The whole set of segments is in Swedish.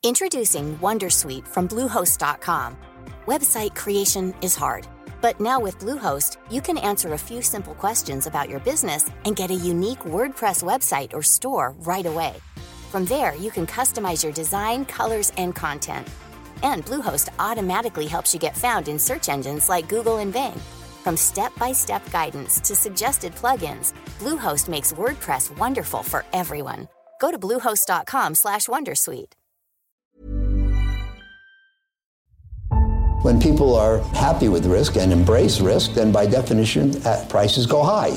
Introducing Wondersuite from Bluehost.com. Website creation is hard, but now with Bluehost, you can answer a few simple questions about your business and get a unique WordPress website or store right away. From there, you can customize your design, colors, and content. And Bluehost automatically helps you get found in search engines like Google and Bing. From step-by-step guidance to suggested plugins, Bluehost makes WordPress wonderful for everyone. Go to bluehost.com/wondersuite. When people are happy with risk and embrace risk, then by definition, prices go high.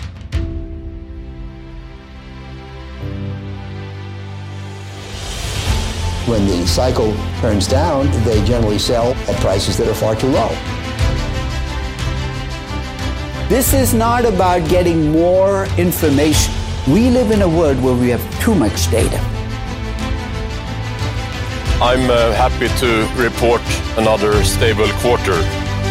When the cycle turns down, they generally sell at prices that are far too low. This is not about getting more information. We live in a world where we have too much data. I'm happy to report another stable quarter.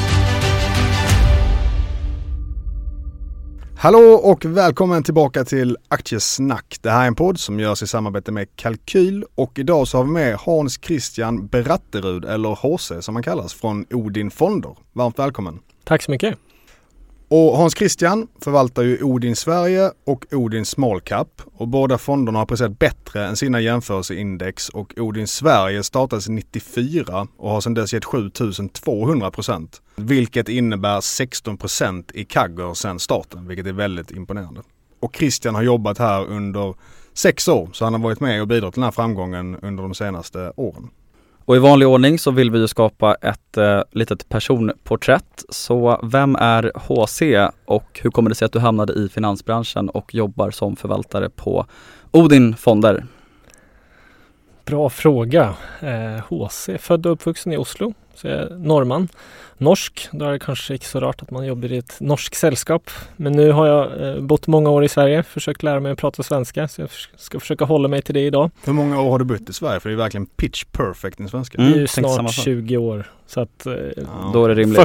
Hallå och välkommen tillbaka till Aktiesnack. Det här är en podd som görs i samarbete med Kalkyl och idag så har vi med Hans Christian Beratterud, eller HC som man kallas, från Odin Fonder. Varmt välkommen. Tack så mycket. Och Hans Christian förvaltar ju Odin Sverige och Odin Small Cap och båda fonderna har presterat bättre än sina jämförelseindex och Odin Sverige startades 94 och har sedan dess gett 7200%, vilket innebär 16% i CAGR sedan starten, vilket är väldigt imponerande. Och Christian har jobbat här under 6 år så han har varit med och bidragit till den här framgången under de senaste åren. Och i vanlig ordning så vill vi ju skapa ett litet personporträtt. Så vem är HC och hur kommer det sig att du hamnade i finansbranschen och jobbar som förvaltare på Odin Fonder? Bra fråga. HC, född och uppvuxen i Oslo, så jag är norrman. Norsk, då är det kanske inte så rart att man jobbar i ett norsk sällskap. Men nu har jag bott många år i Sverige, försökt lära mig att prata svenska, så jag ska försöka hålla mig till det idag. Hur många år har du bott i Sverige? För det är verkligen pitch perfect i svenska. Det är ju snart 20 år. Så att då är det rimligt.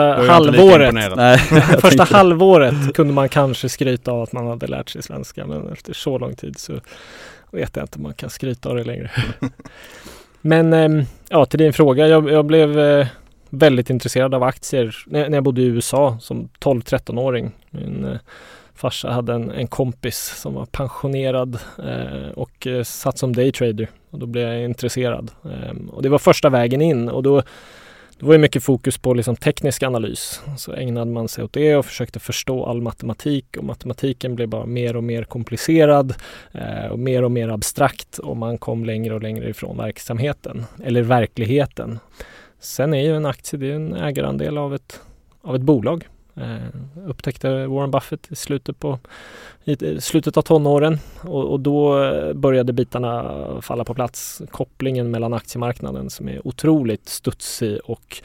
Första halvåret kunde man kanske skryta av att man hade lärt sig svenska, men efter så lång tid så vet jag inte om man kan skryta av det längre. Men till din fråga, jag blev väldigt intresserad av aktier när jag bodde i USA som 12-13-åring. Min farsa hade en kompis som var pensionerad och satt som daytrader och då blev jag intresserad. Och det var första vägen in och då var det mycket fokus på liksom teknisk analys. Så ägnade man sig åt det och försökte förstå all matematik och matematiken blev bara mer och mer komplicerad och mer abstrakt och man kom längre och längre ifrån verksamheten eller verkligheten. Sen är ju en aktie, det är en ägarandel av ett bolag. Upptäckte Warren Buffett i slutet av tonåren och då började bitarna falla på plats. Kopplingen mellan aktiemarknaden som är otroligt studsig och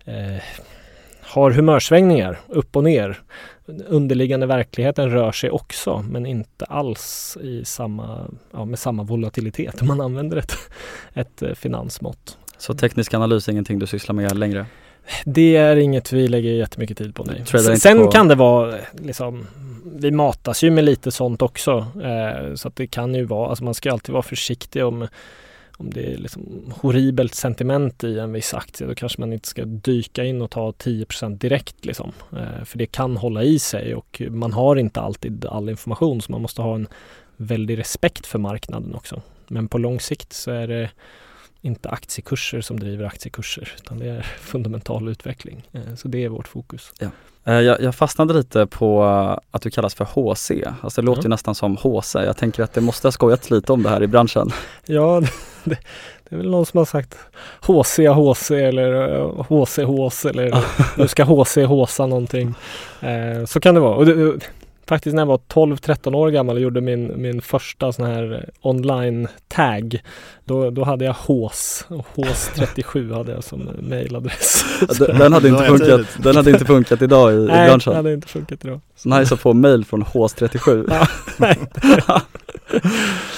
har humörsvängningar upp och ner. Underliggande verkligheten rör sig också men inte alls med samma volatilitet om man använder ett finansmått. Så teknisk analys är ingenting du sysslar med längre? Det är inget vi lägger jättemycket tid på. Sen kan det vara liksom, vi matas ju med lite sånt också. Så att det kan ju vara, alltså man ska alltid vara försiktig om det är liksom horribelt sentiment i en viss aktie. Då kanske man inte ska dyka in och ta 10% direkt liksom. För det kan hålla i sig och man har inte alltid all information så man måste ha en väldig respekt för marknaden också. Men på lång sikt så är det inte aktiekurser som driver aktiekurser utan det är fundamental utveckling. Så det är vårt fokus. Ja. Jag fastnade lite på att du kallas för HC. Alltså det låter ju nästan som HC. Jag tänker att det måste ha skojats lite om det här i branschen. Ja, det är väl någon som har sagt HC eller HC eller nu ska HC håsa någonting. Så kan det vara. Och faktiskt när jag var 12-13 år gammal och gjorde min första sån här online-tag. Då hade jag HÅS och HÅS37 hade jag som mailadress. Den hade inte funkat idag i branschen. Nej, den hade inte funkat idag. Så nice att få mail från HÅS37. Ja, nej.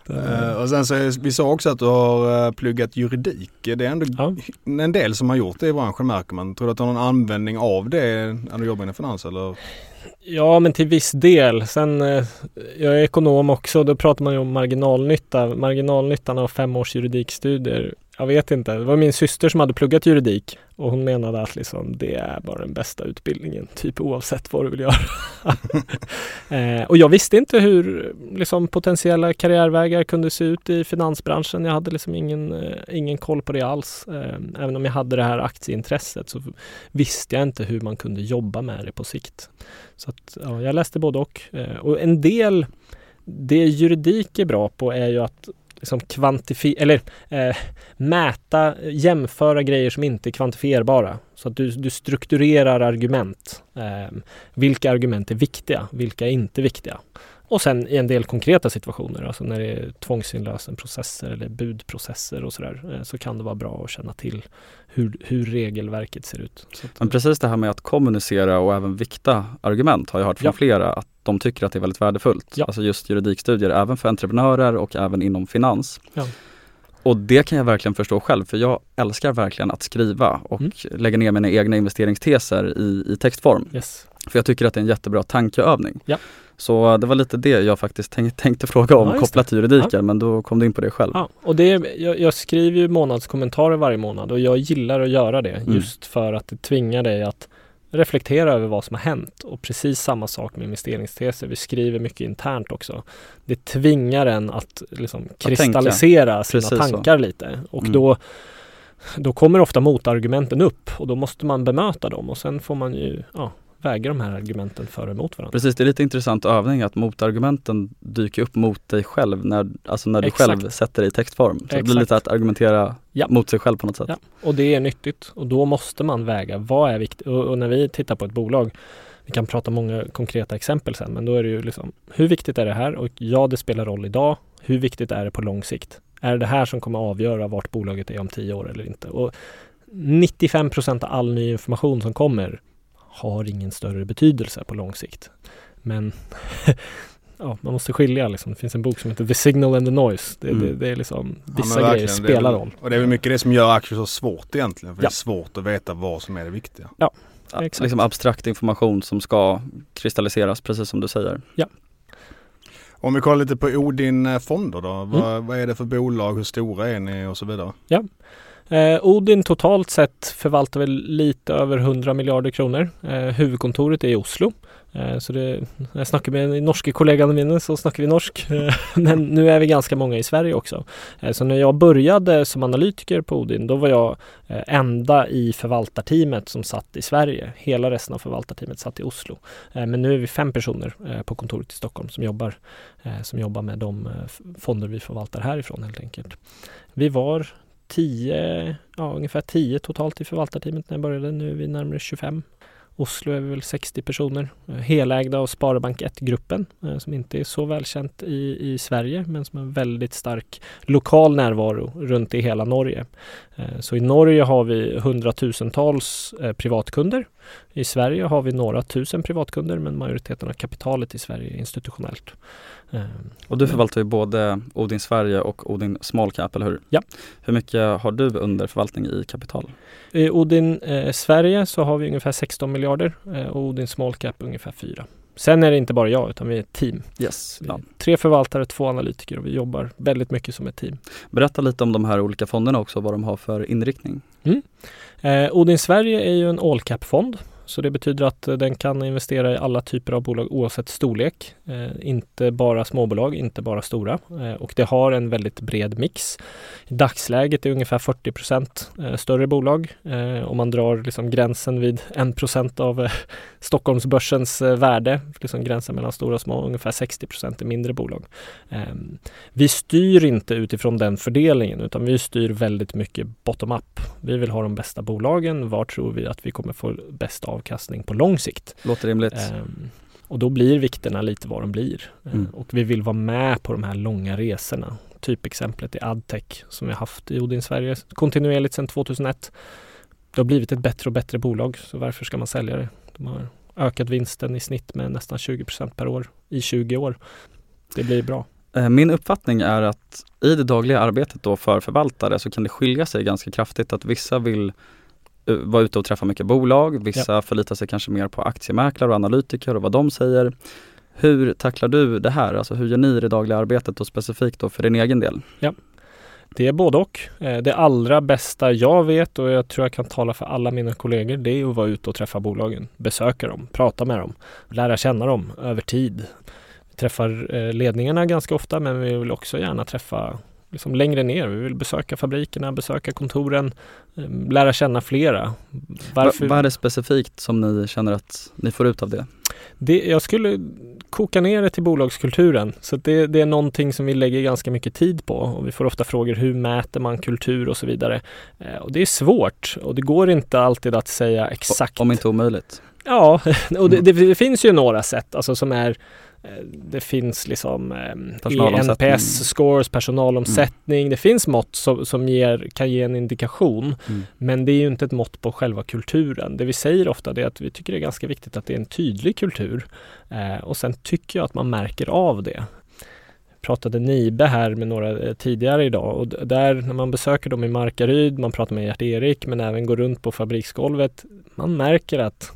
Och sen så vi sa också att du har pluggat juridik. Det är ändå en del som har gjort det i branschen, märker man. Tror du att du har någon användning av det när du jobbar inom finans eller? Ja, men till viss del. Sen, jag är ekonom också, då pratar man ju om marginalnytta. Marginalnyttan av 5 års juridikstudier, jag vet inte. Det var min syster som hade pluggat juridik och hon menade att liksom, det är bara den bästa utbildningen, typ oavsett vad du vill göra. Och jag visste inte hur liksom, potentiella karriärvägar kunde se ut i finansbranschen. Jag hade liksom ingen koll på det alls. Även om jag hade det här aktieintresset så visste jag inte hur man kunde jobba med det på sikt. Så att, ja, jag läste både och en del, det juridik är bra på är ju att liksom mäta, jämföra grejer som inte är kvantifierbara. Så att du strukturerar argument. Vilka argument är viktiga, vilka är inte viktiga. Och sen i en del konkreta situationer, alltså när det är tvångsinlösenprocesser eller budprocesser och sådär, så kan det vara bra att känna till hur regelverket ser ut. Så att, men precis det här med att kommunicera och även vikta argument har jag hört från flera att de tycker att det är väldigt värdefullt. Ja. Alltså just juridikstudier, även för entreprenörer och även inom finans. Ja. Och det kan jag verkligen förstå själv, för jag älskar verkligen att skriva och lägga ner mina egna investeringsteser i textform. Yes. För jag tycker att det är en jättebra tankeövning. Ja. Så det var lite det jag faktiskt tänkte fråga om kopplat till juridiken, men då kom du in på det själv. Ja, och jag skriver ju månadskommentarer varje månad och jag gillar att göra det just för att det tvingar dig att reflektera över vad som har hänt. Och precis samma sak med investeringsteser. Vi skriver mycket internt också. Det tvingar en att liksom kristallisera sina tankar lite. Och då kommer ofta motargumenten upp och då måste man bemöta dem och sen får man ju väga de här argumenten för och emot varandra. Precis, det är lite intressant övning att motargumenten dyker upp mot dig själv när du själv sätter det i textform. Så det blir lite att argumentera mot sig själv på något sätt. Ja, och det är nyttigt och då måste man väga vad är viktigt. Och när vi tittar på ett bolag, vi kan prata många konkreta exempel sen, men då är det ju liksom, hur viktigt är det här? Och det spelar roll idag. Hur viktigt är det på lång sikt? Är det här som kommer avgöra vart bolaget är om 10 år eller inte? Och 95% av all ny information som kommer har ingen större betydelse på lång sikt. Men man måste skilja. Liksom. Det finns en bok som heter The Signal and the Noise. Det är liksom, vissa grejer spelar roll. Och det är väl mycket det som gör aktier så svårt egentligen. För det är svårt att veta vad som är det viktiga. Ja, exakt. Liksom abstrakt information som ska kristalliseras, precis som du säger. Ja. Om vi kollar lite på Odin fonder då. Vad är det för bolag? Hur stora är ni och så vidare? Ja. Odin totalt sett förvaltar väl lite över 100 miljarder kronor. Huvudkontoret är i Oslo. Så när jag snackar med den norska kollegan min så snackar vi norsk. Men nu är vi ganska många i Sverige också. Så när jag började som analytiker på Odin, då var jag enda i förvaltarteamet som satt i Sverige. Hela resten av förvaltarteamet satt i Oslo. Men nu är vi 5 personer på kontoret i Stockholm som jobbar med de fonder vi förvaltar härifrån helt enkelt. Vi var ungefär 10 totalt i förvaltarteamet när jag började. Nu är vi närmare 25. Oslo är vi väl 60 personer. Helägda av Sparbank 1-gruppen som inte är så välkänt i Sverige men som har en väldigt stark lokal närvaro runt i hela Norge. Så i Norge har vi 100,000-tals privatkunder. I Sverige har vi några tusen privatkunder men majoriteten av kapitalet i Sverige är institutionellt. Och du förvaltar ju både Odin Sverige och Odin Small Cap, eller hur? Ja. Hur mycket har du under förvaltning i kapital? I Odin Sverige så har vi ungefär 16 miljarder och Odin Small Cap ungefär 4. Sen är det inte bara jag utan vi är ett team. Yes. Vi är 3 förvaltare, 2 analytiker och vi jobbar väldigt mycket som ett team. Berätta lite om de här olika fonderna också, vad de har för inriktning. Odin Sverige är ju en all cap-fond. Så det betyder att den kan investera i alla typer av bolag oavsett storlek. Inte bara småbolag, inte bara stora. Och det har en väldigt bred mix. I dagsläget är ungefär 40% större bolag. Om man drar liksom gränsen vid 1% av Stockholmsbörsens värde. Liksom gränsen mellan stora och små. Ungefär 60% är mindre bolag. Vi styr inte utifrån den fördelningen utan vi styr väldigt mycket bottom-up. Vi vill ha de bästa bolagen. Var tror vi att vi kommer få bäst avkastning på lång sikt? Låter rimligt. Och då blir vikterna lite vad de blir. Och vi vill vara med på de här långa resorna. Typexemplet är Adtech som vi har haft i Odin Sverige kontinuerligt sedan 2001. Det har blivit ett bättre och bättre bolag så varför ska man sälja det? De har ökat vinsten i snitt med nästan 20% per år i 20 år. Det blir bra. Min uppfattning är att i det dagliga arbetet då för förvaltare så kan det skilja sig ganska kraftigt, att vissa vill vara ute och träffa mycket bolag, vissa förlitar sig kanske mer på aktiemäklare och analytiker och vad de säger. Hur tacklar du det här? Alltså hur gör ni i det dagliga arbetet och specifikt då för din egen del? Ja, det är både och. Det allra bästa jag vet, och jag tror jag kan tala för alla mina kollegor, det är att vara ute och träffa bolagen, besöka dem, prata med dem, lära känna dem över tid. Vi träffar ledningarna ganska ofta, men vi vill också gärna träffa liksom längre ner. Vi vill besöka fabrikerna, besöka kontoren, lära känna flera. Vad är det specifikt som ni känner att ni får ut av det? Jag skulle koka ner det till bolagskulturen. Så det är någonting som vi lägger ganska mycket tid på. Och vi får ofta frågor, hur mäter man kultur och så vidare. Och det är svårt och det går inte alltid att säga exakt. Om inte omöjligt. Ja, och det finns ju några sätt alltså, som är... Det finns liksom NPS-scores, personalomsättning. Det finns mått som kan ge en indikation. Men det är ju inte ett mått på själva kulturen. Det vi säger ofta är att vi tycker det är ganska viktigt att det är en tydlig kultur. Och sen tycker jag att man märker av det. Jag pratade Nibe här med några tidigare idag. Och där när man besöker dem i Markaryd, man pratar med Gert-Erik men även går runt på fabriksgolvet. Man märker att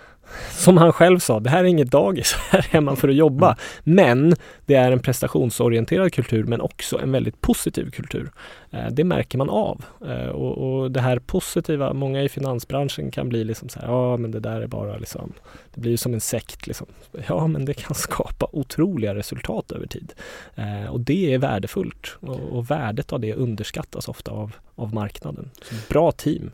som han själv sa, det här är inget dagis, här är man för att jobba. Men det är en prestationsorienterad kultur men också en väldigt positiv kultur. Det märker man av. Och det här positiva, många i finansbranschen kan bli liksom så här, ja men det där är bara liksom, det blir ju som en sekt liksom. Ja men det kan skapa otroliga resultat över tid. Och det är värdefullt. Och värdet av det underskattas ofta av marknaden. Så bra team.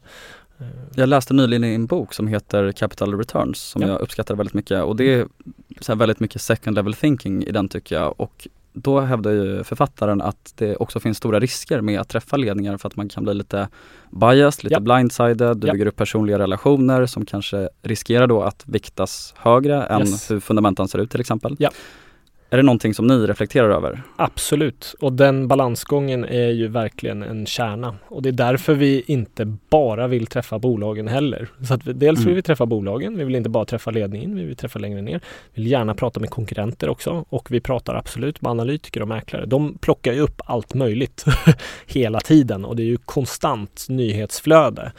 Jag läste nyligen i en bok som heter Capital Returns som jag uppskattar väldigt mycket, och det är så här väldigt mycket second level thinking i den tycker jag, och då hävdar ju författaren att det också finns stora risker med att träffa ledningar för att man kan bli lite biased, lite blindsided, du bygger upp personliga relationer som kanske riskerar då att viktas högre än hur fundamentan ser ut till exempel. Ja. Är det någonting som ni reflekterar över? Absolut. Och den balansgången är ju verkligen en kärna. Och det är därför vi inte bara vill träffa bolagen heller. Så att dels vill vi träffa bolagen, vi vill inte bara träffa ledningen, vi vill träffa längre ner. Vi vill gärna prata med konkurrenter också. Och vi pratar absolut med analytiker och mäklare. De plockar ju upp allt möjligt hela tiden. Och det är ju konstant nyhetsflöde.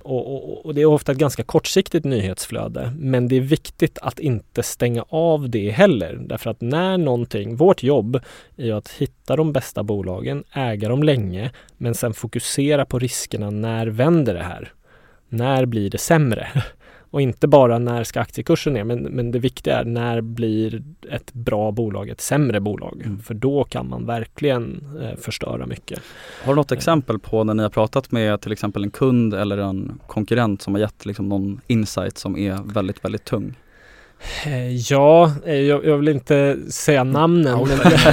Och det är ofta ett ganska kortsiktigt nyhetsflöde. Men det är viktigt att inte stänga av det heller. Därför att när vårt jobb är att hitta de bästa bolagen, äga dem länge, men sen fokusera på riskerna. När vänder det här? När blir det sämre? Och inte bara när ska aktiekursen ner, men det viktiga är när blir ett bra bolag ett sämre bolag? För då kan man verkligen förstöra mycket. Har du något exempel på när ni har pratat med till exempel en kund eller en konkurrent som har gett liksom någon insight som är väldigt, väldigt tung? Ja, jag vill inte säga namnen,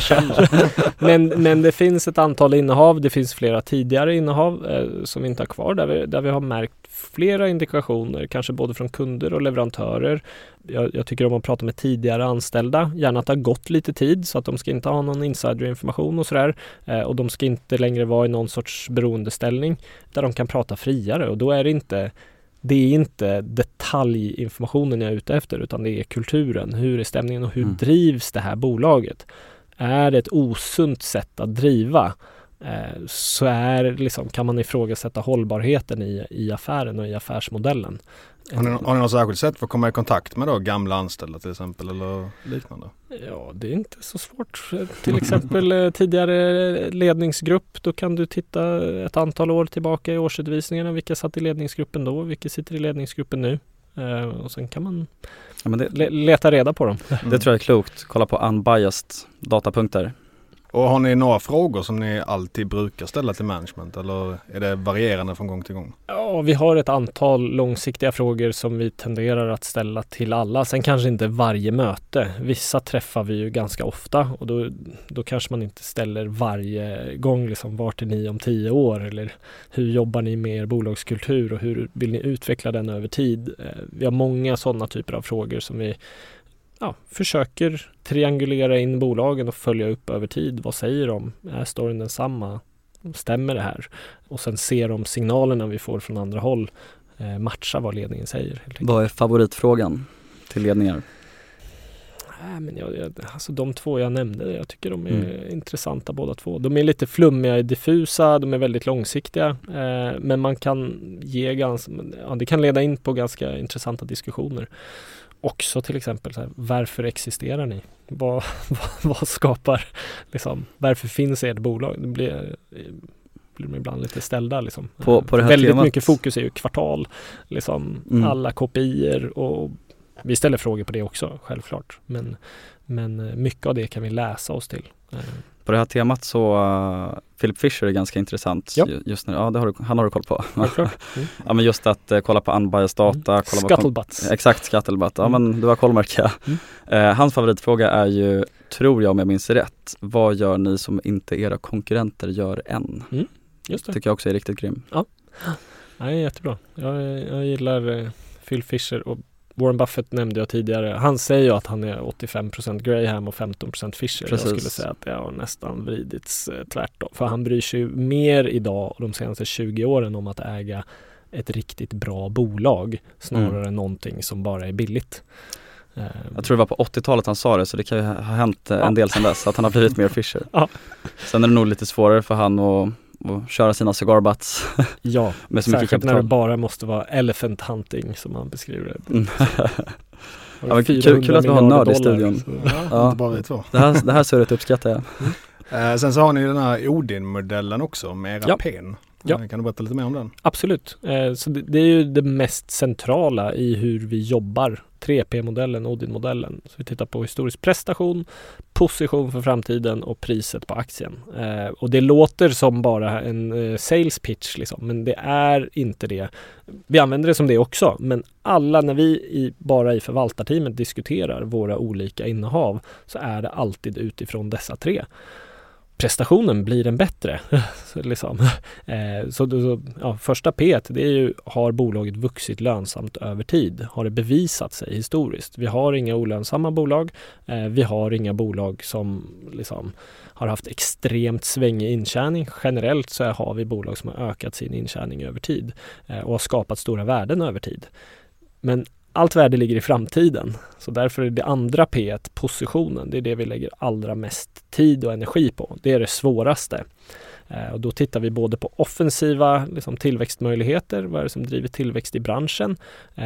men det finns ett antal innehav, det finns flera tidigare innehav som vi inte har kvar, där vi har märkt flera indikationer, kanske både från kunder och leverantörer. Jag tycker om att prata med tidigare anställda, gärna att det har gått lite tid så att de ska inte ha någon insiderinformation och sådär, och de ska inte längre vara i någon sorts beroendeställning där de kan prata friare, och då är det är inte detaljinformationen jag är ute efter, utan det är kulturen. Hur är stämningen och hur drivs det här bolaget? Är det ett osunt sätt att driva, så kan man ifrågasätta hållbarheten i affären och i affärsmodellen. Har ni något särskilt sätt för att komma i kontakt med då gamla anställda till exempel eller liknande? Ja, det är inte så svårt. Till exempel tidigare ledningsgrupp, då kan du titta ett antal år tillbaka i årsutvisningarna. Vilka satt i ledningsgruppen då? Vilka sitter i ledningsgruppen nu? Och sen kan man leta reda på dem. Det tror jag är klokt. Kolla på unbiased datapunkter. Och har ni några frågor som ni alltid brukar ställa till management, eller är det varierande från gång till gång? Ja, vi har ett antal långsiktiga frågor som vi tenderar att ställa till alla. Sen kanske inte varje möte. Vissa träffar vi ju ganska ofta, och då kanske man inte ställer varje gång liksom, vart är ni om 10 år, eller hur jobbar ni med er bolagskultur och hur vill ni utveckla den över tid? Vi har många sådana typer av frågor som vi försöker triangulera in bolagen och följa upp över tid. Vad säger de? Är storyn densamma? Stämmer det här? Och sen ser de signalerna vi får från andra håll matcha vad ledningen säger. Vad är favoritfrågan till ledningar? Men alltså de två jag nämnde, jag tycker de är intressanta båda två. De är lite flummiga, diffusa, de är väldigt långsiktiga. Men man kan det kan leda in på ganska intressanta diskussioner. Också till exempel så här, varför existerar ni? Vad skapar liksom, varför finns ert bolag? Det blir de ibland lite ställda liksom. På det här väldigt temat. mycket fokus är ju kvartal, liksom alla KPI:er, och vi ställer frågor på det också, självklart. Men mycket av det kan vi läsa oss till. På det här temat så Philip Fisher är ganska intressant just nu. Ja, han har du koll på. Ja, men just att kolla på unbiased data. Scuttlebutt. Exakt, Scuttlebutt. Ja, men du har koll, märker jag. Hans favoritfråga är ju, tror jag om jag minns rätt, vad gör ni som inte era konkurrenter gör än? Just det. Tycker jag också är riktigt grym. Ja, jättebra. Jag gillar Phil Fisher, och Warren Buffett nämnde jag tidigare. Han säger ju att han är 85% Graham och 15% Fisher. Precis. Jag skulle säga att det har nästan vridits tvärtom. För han bryr sig mer idag, de senaste 20 åren, om att äga ett riktigt bra bolag snarare än någonting som bara är billigt. Jag tror det var på 80-talet han sa det, så det kan ju ha hänt en del sedan dess, att han har blivit mer Fisher. Sen är det nog lite svårare för han att köra sina cigar butts. Ja, med så mycket kapital. När det bara måste vara elephant hunting, som han beskriver det. Ja, kul att vi har en nörd i studion. Inte bara vi två. Det här surret uppskattar jag. Sen så har ni den här Odin-modellen också med era pen. Kan du berätta lite mer om den? Absolut. Så det är ju det mest centrala i hur vi jobbar. 3P-modellen, Odin-modellen. Så vi tittar på historisk prestation, position för framtiden och priset på aktien. Och det låter som bara en sales pitch liksom, men det är inte det. Vi använder det som det också, men alla, när vi bara i förvaltarteamet diskuterar våra olika innehav, så är det alltid utifrån dessa 3. Prestationen blir den bättre. Första P, det är ju, har bolaget vuxit lönsamt över tid? Har det bevisat sig historiskt? Vi har inga olönsamma bolag. Vi har inga bolag som har haft extremt svängig intjäning. Generellt så har vi bolag som har ökat sin intjäning över tid och har skapat stora värden över tid. Men allt värde ligger i framtiden. Så därför är det andra P1, positionen, det är det vi lägger allra mest tid och energi på. Det är det svåraste. Och då tittar vi både på offensiva tillväxtmöjligheter, vad är det som driver tillväxt i branschen,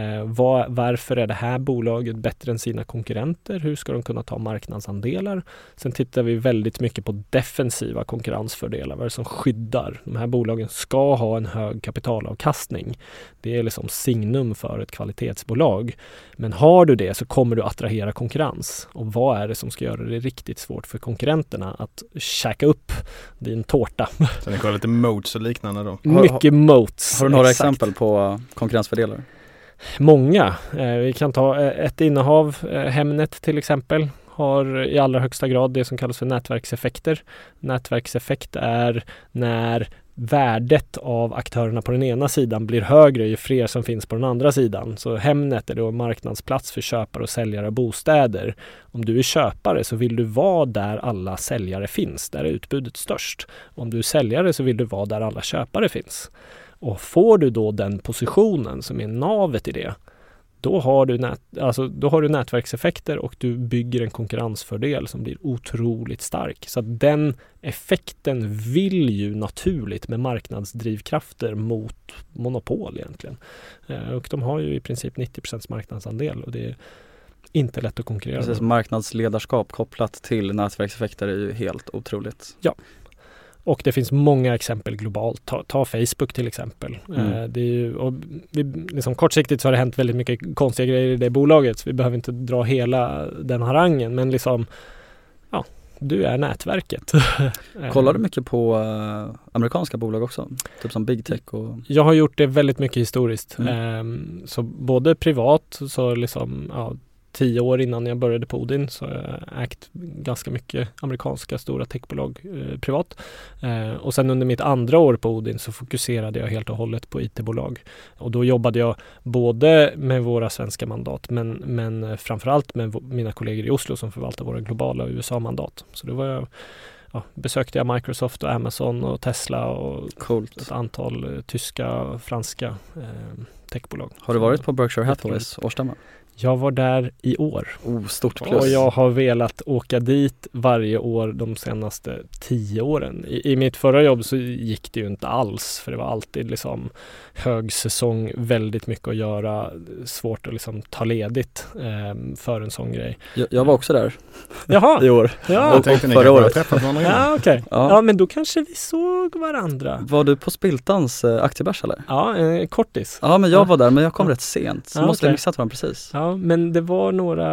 varför är det här bolaget bättre än sina konkurrenter, hur ska de kunna ta marknadsandelar. Sen tittar vi väldigt mycket på defensiva konkurrensfördelar, vad är det som skyddar. De här bolagen ska ha en hög kapitalavkastning. Det är signum för ett kvalitetsbolag. Men har du det så kommer du attrahera konkurrens. Och vad är det som ska göra det riktigt svårt för konkurrenterna att käka upp din tårta? Så ni kollar lite moats och liknande då? Mycket moats. Har du några exempel på konkurrensfördelar? Många. Vi kan ta ett innehav, Hemnet till exempel, har i allra högsta grad det som kallas för nätverkseffekter. Nätverkseffekt är när värdet av aktörerna på den ena sidan blir högre ju fler som finns på den andra sidan. Så Hemnet är då marknadsplats för köpare och säljare av bostäder. Om du är köpare så vill du vara där alla säljare finns, där är utbudet störst. Om du är säljare så vill du vara där alla köpare finns. Och får du då den positionen som är navet i det, då har du nätverkseffekter och du bygger en konkurrensfördel som blir otroligt stark. Så att den effekten vill ju naturligt med marknadsdrivkrafter mot monopol egentligen. Och de har ju i princip 90% marknadsandel och det är inte lätt att konkurrera. Precis, marknadsledarskap kopplat till nätverkseffekter är ju helt otroligt. Ja. Och det finns många exempel globalt. Ta Facebook till exempel. Det är ju, och kortsiktigt så har det hänt väldigt mycket konstiga grejer i det bolaget. Så vi behöver inte dra hela den harangen. Men du är nätverket. Kollar du mycket på amerikanska bolag också? Typ som Big Tech? Jag har gjort det väldigt mycket historiskt. Så både privat, så 10 år innan jag började på Odin så har jag ägt ganska mycket amerikanska stora techbolag privat. Och sen under mitt andra år på Odin så fokuserade jag helt och hållet på IT-bolag. Och då jobbade jag både med våra svenska mandat men framförallt med mina kollegor i Oslo som förvaltar våra globala USA-mandat. Så då var besökte jag Microsoft och Amazon och Tesla och ett antal tyska och franska techbolag. Har du varit på Berkshire Hathaways årsstämma? Jag var där i år. Stort plus. Och jag har velat åka dit varje år de senaste 10 åren. I mitt förra jobb så gick det ju inte alls, för det var alltid liksom högsäsong, väldigt mycket att göra, svårt att liksom ta ledigt för en sån grej. Jag var också där. Jaha. I år. Ja. Jag tänkte ni förra kanske året. träffat varandra innan. Ja, okej. Ja. Ja, men då kanske vi såg varandra. Var du på Spiltans aktiebärs eller? Ja, kortis. Ja, men jag var där, men jag kom rätt sent. Så Ja, måste vi okej. missat varandra precis. Ja, men det var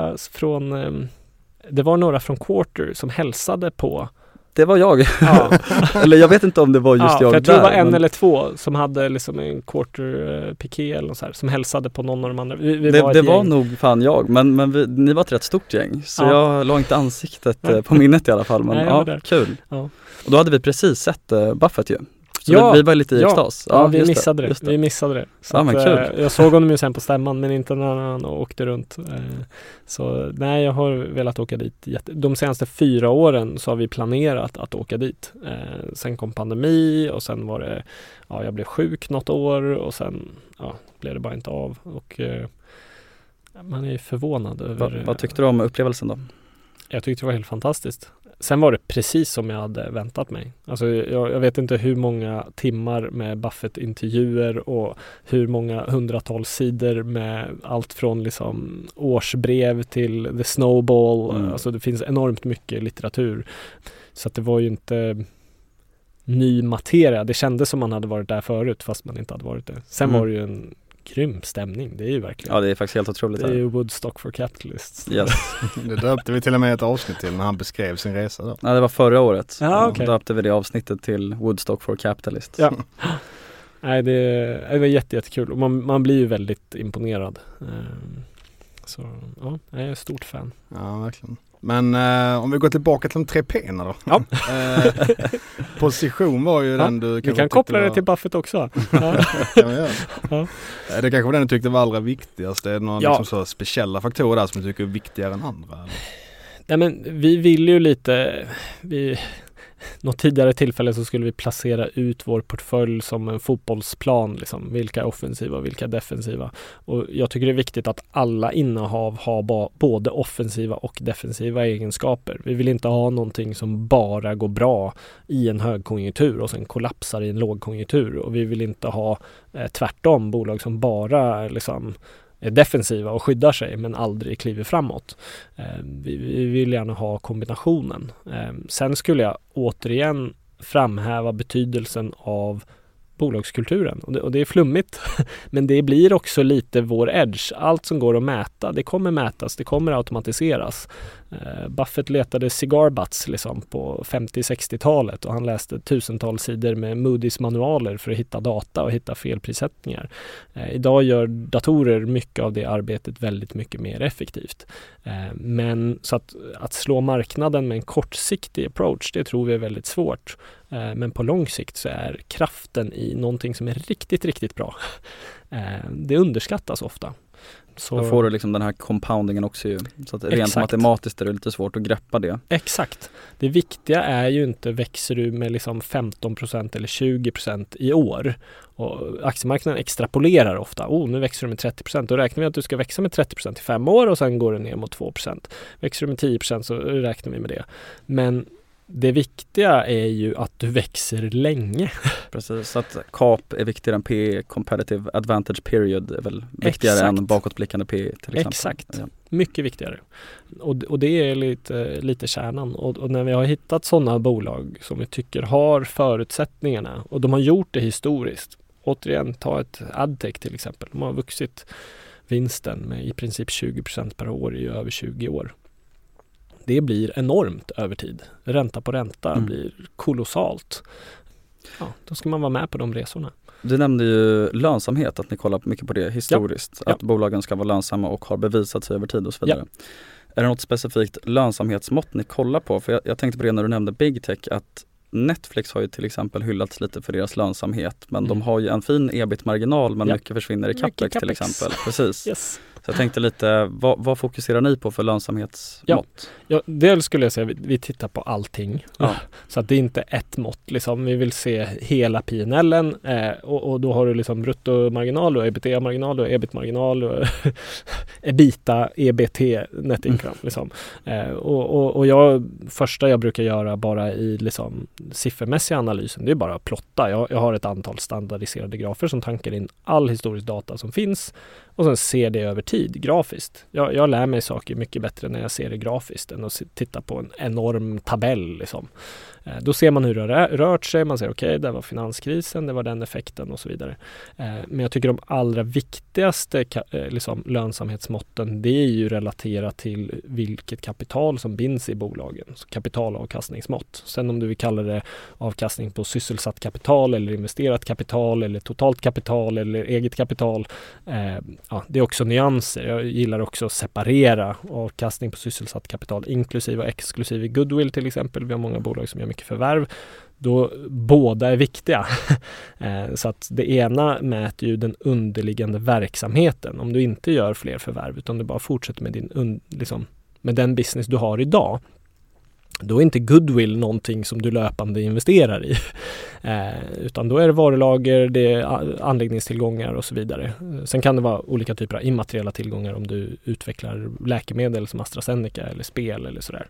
några från Quarter som hälsade på. Det var jag. Ja. Eller jag vet inte om det var just För jag jag tror där. det var en men eller två som hade liksom en Quarter piké eller något så här, som hälsade på någon av de andra. Vi det var ett det var gäng. nog fan jag, men ni var ett rätt stort gäng. Så Ja. jag la inte ansiktet på minnet i alla fall. Men Nej, jag var där. kul. Ja. Och då hade vi precis sett Buffett ju. Så Ja. vi var lite i extas. Ja, vi just missade det. just Vi missade det. Så Ja, men att, kul. jag såg honom ju sen på stämman, men inte när han åkte runt. Så nej, jag har velat åka dit. De senaste 4 åren så har vi planerat att åka dit. Sen kom pandemi och sen var det, jag blev sjuk något år och sen blev det bara inte av. Och man är förvånad över... Vad tyckte du om upplevelsen då? Jag tyckte det var helt fantastiskt. Sen var det precis som jag hade väntat mig. Alltså jag vet inte hur många timmar med Buffett-intervjuer och hur många hundratals sidor med allt från liksom årsbrev till The Snowball. Alltså det finns enormt mycket litteratur. Så att det var ju inte ny materia. Det kändes som man hade varit där förut fast man inte hade varit det. Sen var det ju en grym stämning. Det är ju verkligen. Ja, det är faktiskt helt otroligt. Det är ju Woodstock for Capitalists. Yes. Det döpte vi till och med ett avsnitt till när han beskrev sin resa då. Ja, det var förra året. Ja, okej. Döpte vi det avsnittet till Woodstock for Capitalists. Ja. Nej, det var jättekul och man blir ju väldigt imponerad. Så ja, jag är ett stort fan. Ja, verkligen. Men om vi går tillbaka till de 3 P:na då. Ja. Position var ju den du... Vi kan koppla det till Buffett också. Ja. Ja. Det kanske var den du tyckte var allra viktigast. Är det några Ja. liksom så speciella faktorer där som du tycker är viktigare än andra? Eller? Nej, men vi vill ju lite... Något tidigare tillfälle så skulle vi placera ut vår portfölj som en fotbollsplan. Liksom. Vilka är offensiva och vilka är defensiva. Och jag tycker det är viktigt att alla innehav har både offensiva och defensiva egenskaper. Vi vill inte ha någonting som bara går bra i en högkonjunktur och sen kollapsar i en lågkonjunktur. Och vi vill inte ha tvärtom bolag som bara liksom är defensiva och skyddar sig men aldrig kliver framåt. Vi vill gärna ha kombinationen. Sen skulle jag återigen framhäva betydelsen av bolagskulturen. Och det är flummigt, men det blir också lite vår edge. Allt som går att mäta, det kommer mätas, det kommer automatiseras. Buffett letade cigar butts liksom på 50-60-talet och han läste tusentals sidor med Moody's manualer för att hitta data och hitta felprissättningar. Idag gör datorer mycket av det arbetet väldigt mycket mer effektivt. Men så att slå marknaden med en kortsiktig approach, det tror vi är väldigt svårt. Men på lång sikt så är kraften i någonting som är riktigt, riktigt bra. Det underskattas ofta. Så då får du liksom den här compoundingen också ju. Så att rent matematiskt är det lite svårt att greppa det. Exakt. Det viktiga är ju inte växer du med liksom 15% eller 20% i år. Och aktiemarknaden extrapolerar ofta. Nu växer du med 30%. Då räknar vi att du ska växa med 30% i 5 år och sen går det ner mot 2%. Växer du med 10% så räknar vi med det. Men det viktiga är ju att du växer länge. Precis, så att CAP är viktigare än PE, Competitive Advantage Period är väl viktigare än bakåtblickande PE till exempel. Exakt, ja. Mycket viktigare. Och det är lite kärnan. Och när vi har hittat sådana bolag som vi tycker har förutsättningarna och de har gjort det historiskt. Återigen, ta ett Adtech till exempel. De har vuxit vinsten med i princip 20% per år i över 20 år. Det blir enormt över tid. Ränta på ränta blir kolossalt. Ja, då ska man vara med på de resorna. Du nämnde ju lönsamhet, att ni kollar mycket på det historiskt. Ja. Att bolagen ska vara lönsamma och har bevisat sig över tid och så vidare. Ja. Är det något specifikt lönsamhetsmått ni kollar på? För jag tänkte på det när du nämnde Big Tech, att Netflix har ju till exempel hyllats lite för deras lönsamhet. Men de har ju en fin ebit-marginal men mycket försvinner i capex till exempel. Precis. Yes. Så jag tänkte lite, vad fokuserar ni på för lönsamhetsmått? Ja, dels skulle jag säga att vi tittar på allting. Ja. Så att det är inte ett mått. Liksom. Vi vill se hela P&L-en och då har du liksom bruttomarginal och ebitda-marginal och ebit-marginal och ebita, EBT, net income. Liksom. Och första jag brukar göra bara i liksom, siffermässiga analysen, det är bara att plotta. Jag har ett antal standardiserade grafer som tankar in all historisk data som finns och sen ser det över tid grafiskt. Jag lär mig saker mycket bättre när jag ser det grafiskt än att titta på en enorm tabell. Liksom. Då ser man hur det har rört sig. Man ser okej, det var finanskrisen, det var den effekten och så vidare. Men jag tycker de allra viktigaste liksom, lönsamhetsmåtten, det är ju relaterat till vilket kapital som binds i bolagen. Så kapitalavkastningsmått. Sen om du vill kalla det avkastning på sysselsatt kapital eller investerat kapital eller totalt kapital eller eget kapital. Det är också nyanser. Jag gillar också att separera avkastning på sysselsatt kapital inklusive och exklusive goodwill till exempel. Vi har många bolag som gör mycket förvärv. Då båda är viktiga. Så att det ena mäter ju den underliggande verksamheten. Om du inte gör fler förvärv utan du bara fortsätter med med den business du har idag. Då är inte goodwill någonting som du löpande investerar i. Utan då är det varulager, det är anläggningstillgångar och så vidare. Sen kan det vara olika typer av immateriella tillgångar om du utvecklar läkemedel som AstraZeneca eller spel eller sådär.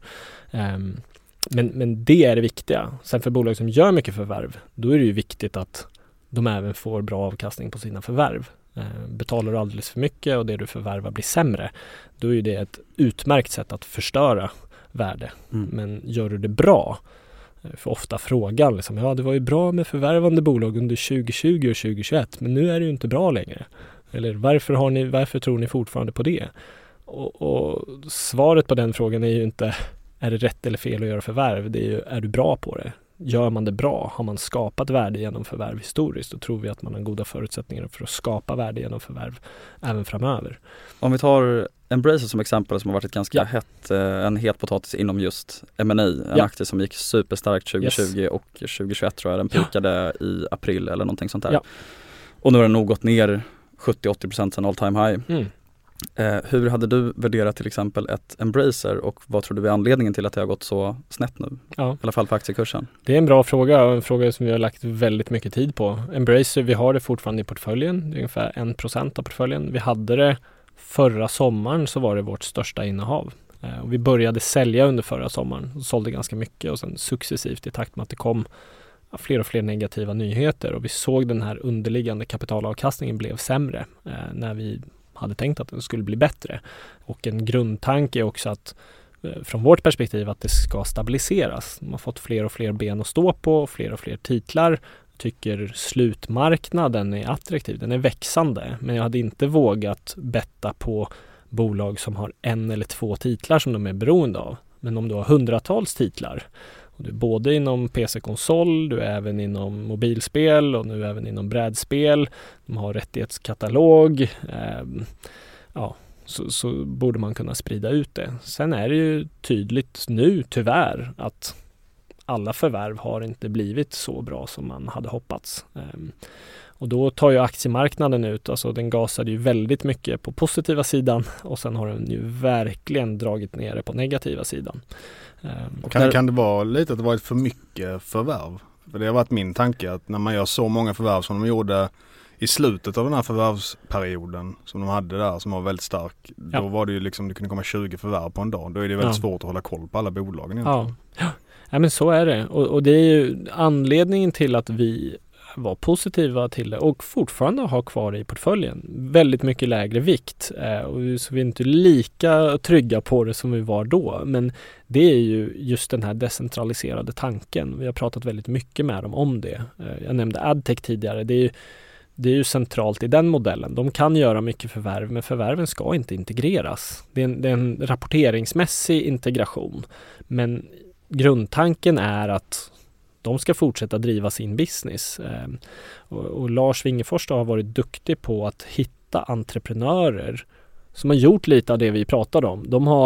Men det är det viktiga. Sen för bolag som gör mycket förvärv, då är det ju viktigt att de även får bra avkastning på sina förvärv. Betalar du alldeles för mycket och det du förvärvar blir sämre, då är det ett utmärkt sätt att förstöra värde. Men gör du det bra, för ofta frågan liksom, det var ju bra med förvärvande bolag under 2020 och 2021, men nu är det ju inte bra längre. Eller varför tror ni fortfarande på det? Och svaret på den frågan är ju inte, är det rätt eller fel att göra förvärv? Det är ju, är du bra på det? Gör man det bra? Har man skapat värde genom förvärv historiskt? Då tror vi att man har goda förutsättningar för att skapa värde genom förvärv även framöver. Om vi tar Embracer som exempel som har varit ett ganska en het potatis inom just M&A. En aktie som gick superstarkt 2020 och 2021 tror jag den pikade i april eller någonting sånt där. Ja. Och nu har den nog gått ner 70-80% sedan all time high. Hur hade du värderat till exempel ett Embracer och vad tror du är anledningen till att det har gått så snett nu? Ja. I alla fall för aktiekursen. Det är en bra fråga och en fråga som vi har lagt väldigt mycket tid på. Embracer, vi har det fortfarande i portföljen. Det är ungefär 1% av portföljen. Vi hade det förra sommaren, så var det vårt största innehav. Och vi började sälja under förra sommaren och sålde ganska mycket och sen successivt i takt med att det kom fler och fler negativa nyheter och vi såg den här underliggande kapitalavkastningen blev sämre när vi hade tänkt att den skulle bli bättre. Och en grundtanke är också att från vårt perspektiv att det ska stabiliseras. Man har fått fler och fler ben att stå på, fler och fler titlar. Tycker slutmarknaden är attraktiv, den är växande. Men jag hade inte vågat betta på bolag som har 1 eller 2 titlar som de är beroende av. Men om du har hundratals titlar, och du är både inom PC-konsol, du är även inom mobilspel och nu även inom brädspel. De har rättighetskatalog. Så borde man kunna sprida ut det. Sen är det ju tydligt nu tyvärr att alla förvärv har inte blivit så bra som man hade hoppats. Och då tar ju aktiemarknaden ut, alltså den gasade ju väldigt mycket på positiva sidan och sen har den ju verkligen dragit ner det på negativa sidan. Kan det vara lite att det varit för mycket förvärv? För det har varit min tanke att när man gör så många förvärv som de gjorde i slutet av den här förvärvsperioden som de hade där som var väldigt stark, då var det ju liksom, det kunde komma 20 förvärv på en dag. Då är det väldigt svårt att hålla koll på alla bolagen egentligen. Ja, men så är det. Och det är ju anledningen till att vi var positiva till det och fortfarande har kvar det i portföljen. Väldigt mycket lägre vikt och så vi är inte lika trygga på det som vi var då. Men det är ju just den här decentraliserade tanken. Vi har pratat väldigt mycket med dem om det. Jag nämnde AdTech tidigare. Det är ju centralt i den modellen. De kan göra mycket förvärv, men förvärven ska inte integreras. Det är en rapporteringsmässig integration. Men grundtanken är att de ska fortsätta driva sin business. Och Lars Wingefors har varit duktig på att hitta entreprenörer som har gjort lite av det vi pratade om. De har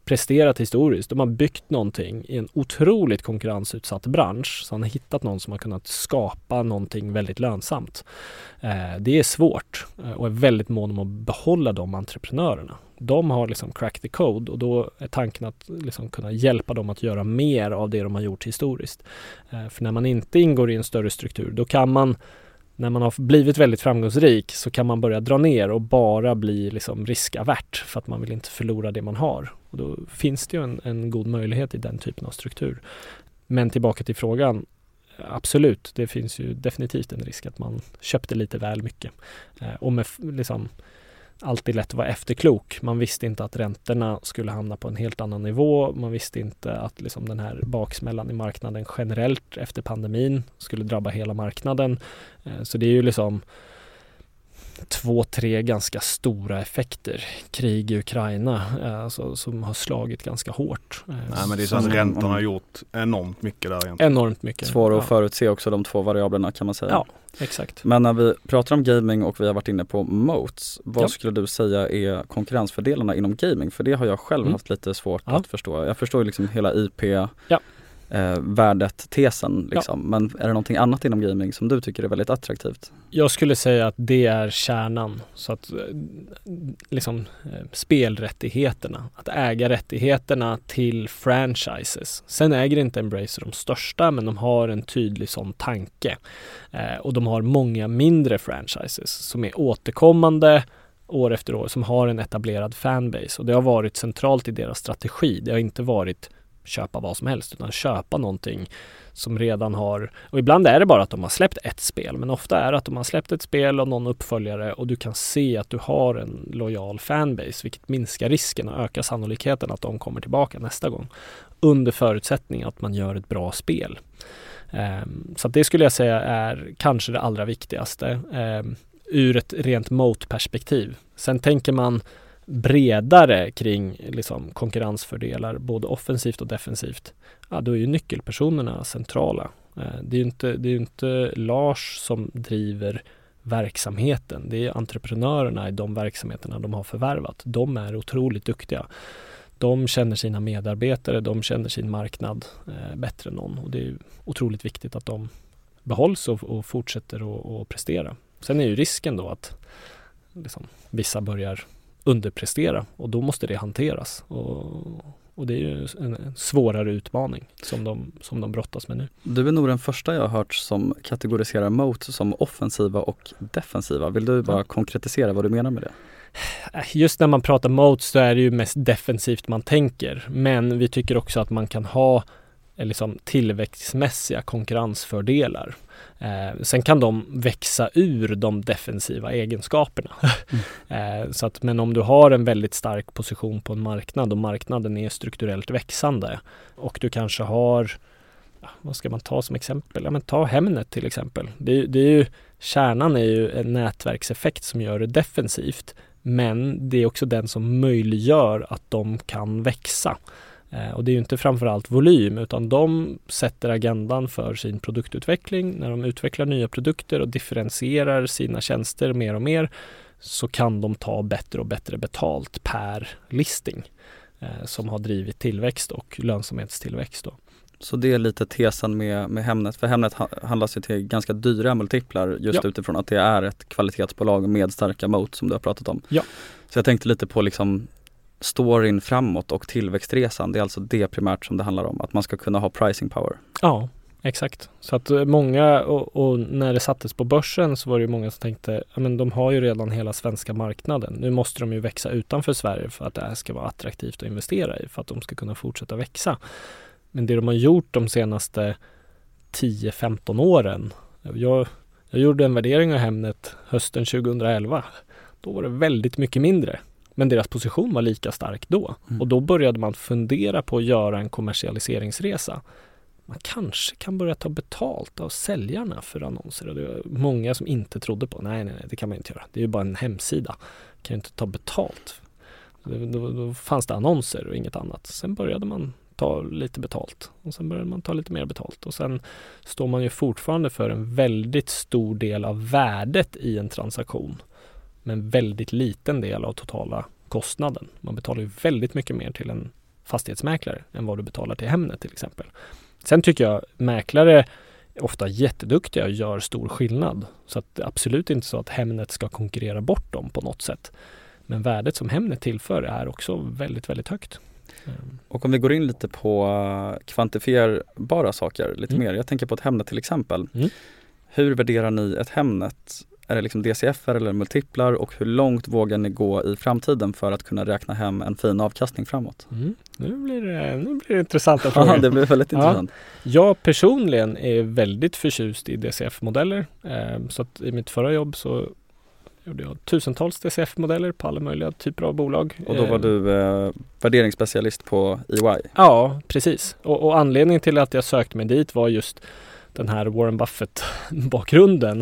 presterat historiskt. De har byggt någonting i en otroligt konkurrensutsatt bransch. Så han har hittat någon som har kunnat skapa någonting väldigt lönsamt. Det är svårt och är väldigt mån om att behålla de entreprenörerna. De har liksom cracked the code och då är tanken att liksom kunna hjälpa dem att göra mer av det de har gjort historiskt. För när man inte ingår i en större struktur, då kan man, när man har blivit väldigt framgångsrik, så kan man börja dra ner och bara bli liksom riskavärt för att man vill inte förlora det man har. Och då finns det ju en god möjlighet i den typen av struktur. Men tillbaka till frågan, absolut, det finns ju definitivt en risk att man köpte lite väl mycket. Och med liksom alltid lätt att vara efterklok. Man visste inte att räntorna skulle hamna på en helt annan nivå. Man visste inte att liksom den här baksmällan i marknaden generellt efter pandemin skulle drabba hela marknaden. Så det är ju liksom 2-3 ganska stora effekter. Krig i Ukraina alltså, som har slagit ganska hårt. Nej, men det är så att räntorna har gjort enormt mycket där egentligen. Enormt mycket. Svåra att förutse också de 2 variablerna kan man säga. Ja, exakt. Men när vi pratar om gaming och vi har varit inne på moats, vad skulle du säga är konkurrensfördelarna inom gaming? För det har jag själv haft lite svårt att förstå. Jag förstår ju liksom hela IP värdet-tesen liksom. Men är det någonting annat inom gaming som du tycker är väldigt attraktivt? Jag skulle säga att det är kärnan. Så att liksom spelrättigheterna, att äga rättigheterna till franchises. Sen äger inte Embracer de största, men de har en tydlig sån tanke. Och de har många mindre franchises som är återkommande år efter år, som har en etablerad fanbase. Och det har varit centralt i deras strategi. Det har inte varit köpa vad som helst, utan köpa någonting som redan har, och ibland är det bara att de har släppt ett spel, men ofta är det att de har släppt ett spel och någon uppföljare och du kan se att du har en lojal fanbase, vilket minskar risken och ökar sannolikheten att de kommer tillbaka nästa gång, under förutsättning att man gör ett bra spel. Så att det skulle jag säga är kanske det allra viktigaste ur ett rent moat-perspektiv. Sen tänker man bredare kring liksom konkurrensfördelar, både offensivt och defensivt. Ja, då är ju nyckelpersonerna centrala. Det är ju inte Lars som driver verksamheten. Det är entreprenörerna i de verksamheterna de har förvärvat. De är otroligt duktiga. De känner sina medarbetare, de känner sin marknad bättre än någon. Och det är otroligt viktigt att de behålls och fortsätter att prestera. Sen är ju risken då att liksom, vissa börjar underprestera och då måste det hanteras. Och det är ju en svårare utmaning som de brottas med nu. Du är nog den första jag har hört som kategoriserar moat som offensiva och defensiva. Vill du bara konkretisera vad du menar med det? Just när man pratar moat så är det ju mest defensivt man tänker. Men vi tycker också att man kan ha liksom tillväxtmässiga konkurrensfördelar. Sen kan de växa ur de defensiva egenskaperna. Så att, men om du har en väldigt stark position på en marknad och marknaden är strukturellt växande och du kanske har, vad ska man ta som exempel? Ja, men ta Hemnet till exempel. Det är ju, kärnan är ju en nätverkseffekt som gör det defensivt, men det är också den som möjliggör att de kan växa. Och det är ju inte framförallt volym, utan de sätter agendan för sin produktutveckling. När de utvecklar nya produkter och differentierar sina tjänster mer och mer, så kan de ta bättre och bättre betalt per listing som har drivit tillväxt och lönsamhetstillväxt då. Så det är lite tesen med Hemnet. För Hemnet handlas ju till ganska dyra multiplar just utifrån att det är ett kvalitetsbolag med starka moat som du har pratat om. Ja. Så jag tänkte lite på liksom storyn framåt och tillväxtresan. Det är alltså det primärt som det handlar om. Att man ska kunna ha pricing power. Ja, exakt. Så att många, och när det sattes på börsen så var det ju många som tänkte, ja men de har ju redan hela svenska marknaden. Nu måste de ju växa utanför Sverige för att det här ska vara attraktivt att investera i, för att de ska kunna fortsätta växa. Men det de har gjort de senaste 10-15 åren, jag gjorde en värdering av Hemnet hösten 2011. Då var det väldigt mycket mindre. Men deras position var lika stark då. Och då började man fundera på att göra en kommersialiseringsresa. Man kanske kan börja ta betalt av säljarna för annonser. Och det var många som inte trodde på, nej, det kan man inte göra. Det är ju bara en hemsida. Man kan ju inte ta betalt. Då fanns det annonser och inget annat. Sen började man ta lite betalt. Och sen började man ta lite mer betalt. Och sen står man ju fortfarande för en väldigt stor del av värdet i en transaktion. Men väldigt liten del av totala kostnaden. Man betalar ju väldigt mycket mer till en fastighetsmäklare än vad du betalar till Hemnet till exempel. Sen tycker jag mäklare är ofta jätteduktiga och gör stor skillnad. Så att det är absolut inte så att Hemnet ska konkurrera bort dem på något sätt. Men värdet som Hemnet tillför är också väldigt, väldigt högt. Och om vi går in lite på kvantifierbara saker lite mer. Jag tänker på ett Hemnet till exempel. Hur värderar ni ett Hemnet? Är det liksom DCF eller multiplar och hur långt vågar ni gå i framtiden för att kunna räkna hem en fin avkastning framåt? Nu blir det intressanta frågor. Det blir väldigt intressant. Jag personligen är väldigt förtjust i DCF-modeller. Så att i mitt förra jobb så gjorde jag tusentals DCF-modeller på alla möjliga typer av bolag. Och då var du värderingsspecialist på EY? Ja, precis. Och anledningen till att jag sökte mig dit var just den här Warren Buffett-bakgrunden.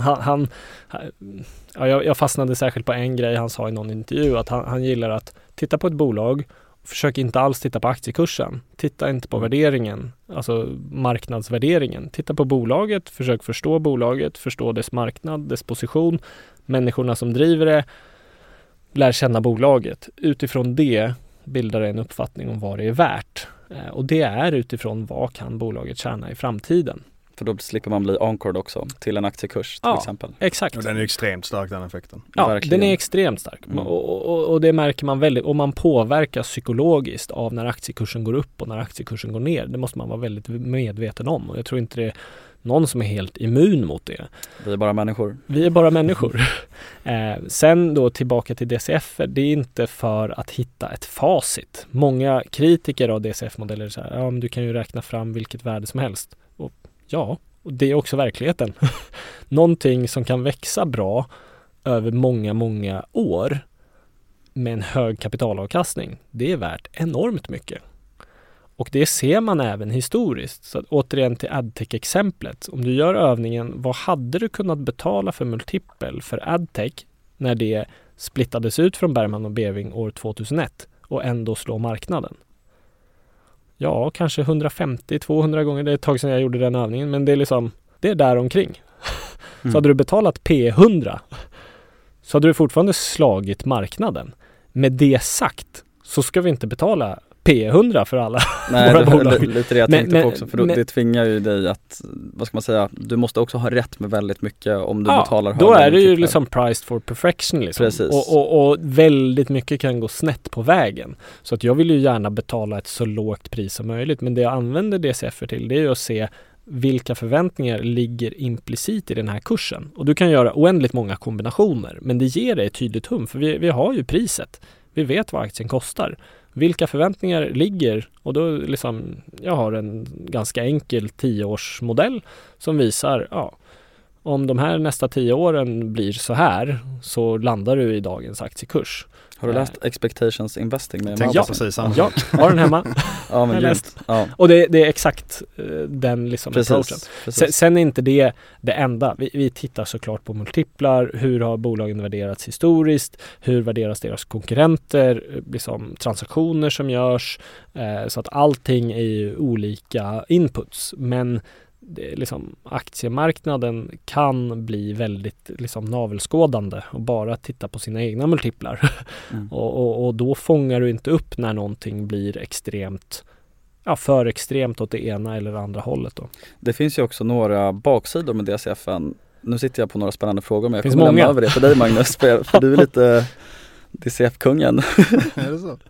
Jag fastnade särskilt på en grej han sa i någon intervju, att han gillar att titta på ett bolag och försök inte alls titta på aktiekursen. Titta inte på värderingen, alltså marknadsvärderingen. Titta på bolaget, försök förstå bolaget, förstå dess marknad, dess position, människorna som driver det, lär känna bolaget. Utifrån det bildar en uppfattning om vad det är värt. Och det är utifrån vad kan bolaget tjäna i framtiden. För då slipper man bli anchored också till en aktiekurs till exempel. Exakt. Och den är extremt stark, den effekten. Ja, verkligen. Den är extremt stark. Och det märker man väldigt. Och man påverkas psykologiskt av när aktiekursen går upp och när aktiekursen går ner. Det måste man vara väldigt medveten om. Och jag tror inte det är någon som är helt immun mot det. Vi är bara människor. Vi är bara människor. Sen då tillbaka till DCF. Det är inte för att hitta ett facit. Många kritiker av DCF-modeller säger men du kan ju räkna fram vilket värde som helst. Ja, och det är också verkligheten. Någonting som kan växa bra över många, många år med en hög kapitalavkastning, det är värt enormt mycket. Och det ser man även historiskt. Så att, återigen till AdTech-exemplet. Om du gör övningen, vad hade du kunnat betala för multipel för AdTech när det splittades ut från Bergman och Beving år 2001 och ändå slå marknaden? Ja, kanske 150-200 gånger. Det är ett tag sedan jag gjorde den övningen. Men det är där omkring. Så hade du betalat P100 så hade du fortfarande slagit marknaden. Med det sagt så ska vi inte betala P100 för alla våra bolag. Lite det jag tänkte på också. För det tvingar ju dig att, vad ska man säga, du måste också ha rätt med väldigt mycket om du betalar högre. Då är det ju liksom priced for perfection. Liksom. Precis. Och väldigt mycket kan gå snett på vägen. Så att jag vill ju gärna betala ett så lågt pris som möjligt. Men det jag använder DCF till, det är ju att se vilka förväntningar ligger implicit i den här kursen. Och du kan göra oändligt många kombinationer. Men det ger dig ett tydligt hum. För vi har ju priset. Vi vet vad aktien kostar. Vilka förväntningar ligger? Och då jag har en ganska enkel 10-årsmodell som visar, om de här nästa 10 åren blir så här så landar du i dagens aktiekurs. Har du läst Expectations Investing med Ja, precis. Ja, har den hemma. Ja, men läst. Ja. Och det är exakt den approachen. Sen är inte det enda. Vi tittar såklart på multiplar. Hur har bolagen värderats historiskt? Hur värderas deras konkurrenter? Transaktioner som görs. Så att allting är ju olika inputs. Men aktiemarknaden kan bli väldigt navelskådande och bara titta på sina egna multiplar. Och då fångar du inte upp när någonting blir extremt, för extremt åt det ena eller andra hållet då. Det finns ju också några baksidor med DCF:en. Nu sitter jag på några spännande frågor, men jag kommer lämna över det till dig, Magnus, för du är lite DCF-kungen. Är det så?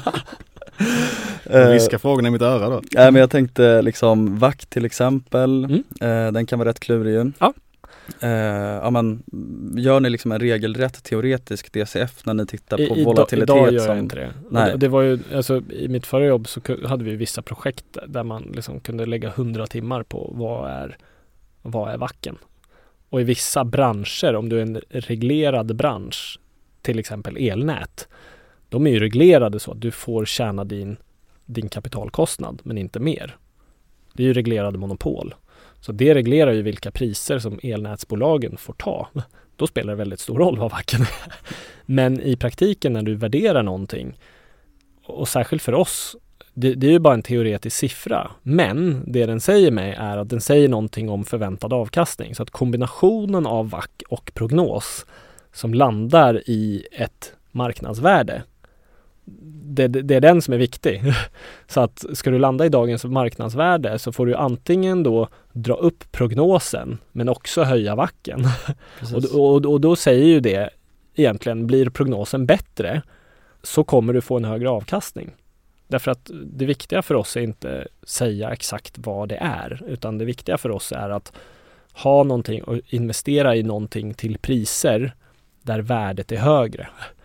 Viska frågorna i mitt öra då. Men jag tänkte VAC till exempel, den kan vara rätt klurig ju. Ja. Men gör ni en regelrätt teoretisk DCF när ni tittar på volatilitet? Idag gör jag inte det. Nej. Det var ju, i mitt förra jobb så hade vi vissa projekt där man kunde lägga 100 timmar på vad är VACen. Och i vissa branscher, om du är en reglerad bransch, till exempel elnät, de är ju reglerade så att du får tjäna din kapitalkostnad men inte mer. Det är ju reglerade monopol. Så det reglerar ju vilka priser som elnätsbolagen får ta. Då spelar det väldigt stor roll vad VACen är. Men i praktiken när du värderar någonting, och särskilt för oss, det är ju bara en teoretisk siffra. Men det den säger mig är att den säger någonting om förväntad avkastning. Så att kombinationen av VAC och prognos som landar i ett marknadsvärde, det är den som är viktig. Så att ska du landa i dagens marknadsvärde så får du antingen då dra upp prognosen men också höja vacken. Och då säger ju det egentligen, blir prognosen bättre så kommer du få en högre avkastning. Därför att det viktiga för oss är inte säga exakt vad det är, utan det viktiga för oss är att ha någonting och investera i någonting till priser där värdet är högre.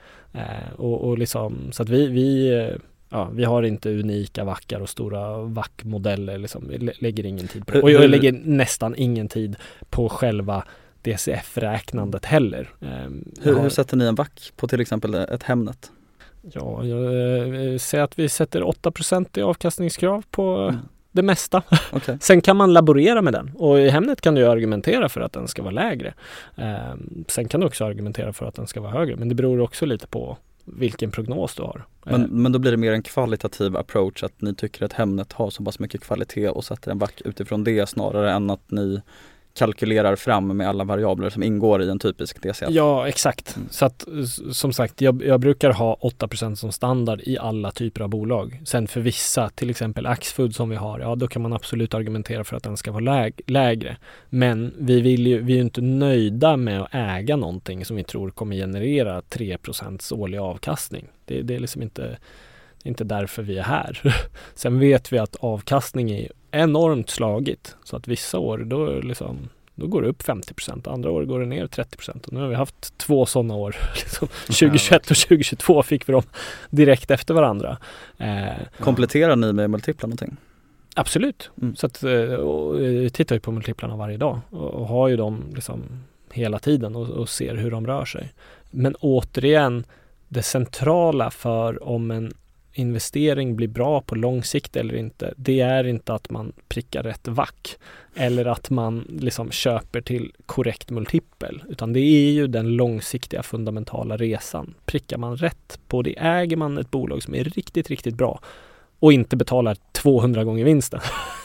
Och liksom, så att vi har inte unika vackar och stora vackmodeller. Liksom. Vi lägger ingen tid på det. Och jag lägger nästan ingen tid på själva DCF-räknandet heller. Hur sätter ni en vack på till exempel ett Hemnet? Ja, jag säger att vi sätter 8% i avkastningskrav på det mesta. Okay. Sen kan man laborera med den. Och i Hemnet kan du argumentera för att den ska vara lägre. Sen kan du också argumentera för att den ska vara högre. Men det beror också lite på vilken prognos du har. Men då blir det mer en kvalitativ approach, att ni tycker att Hemnet har så pass mycket kvalitet och sätter en vack utifrån det, snarare än att ni kalkylerar fram med alla variabler som ingår i en typisk DCF. Ja, exakt. Så att, som sagt, jag brukar ha 8% som standard i alla typer av bolag. Sen för vissa, till exempel Axfood som vi har, ja då kan man absolut argumentera för att den ska vara lägre. Men vi är ju inte nöjda med att äga någonting som vi tror kommer generera 3% årlig avkastning. Det är liksom inte därför vi är här. Sen vet vi att avkastning är enormt slagigt. Så att vissa år då går det upp 50%. Andra år går det ner 30%. Och nu har vi haft 2 sådana år. Liksom 2021 och 2022 fick vi dem direkt efter varandra. Kompletterar ni med multiplar någonting? Absolut. Så att, vi tittar ju på multiplarna varje dag. Och har ju dem liksom hela tiden och ser hur de rör sig. Men återigen, det centrala för om en investering blir bra på lång sikt eller inte, det är inte att man prickar rätt vack eller att man liksom köper till korrekt multipel, utan det är ju den långsiktiga fundamentala resan. Prickar man rätt på det, äger man ett bolag som är riktigt, riktigt bra och inte betalar 200 gånger vinsten.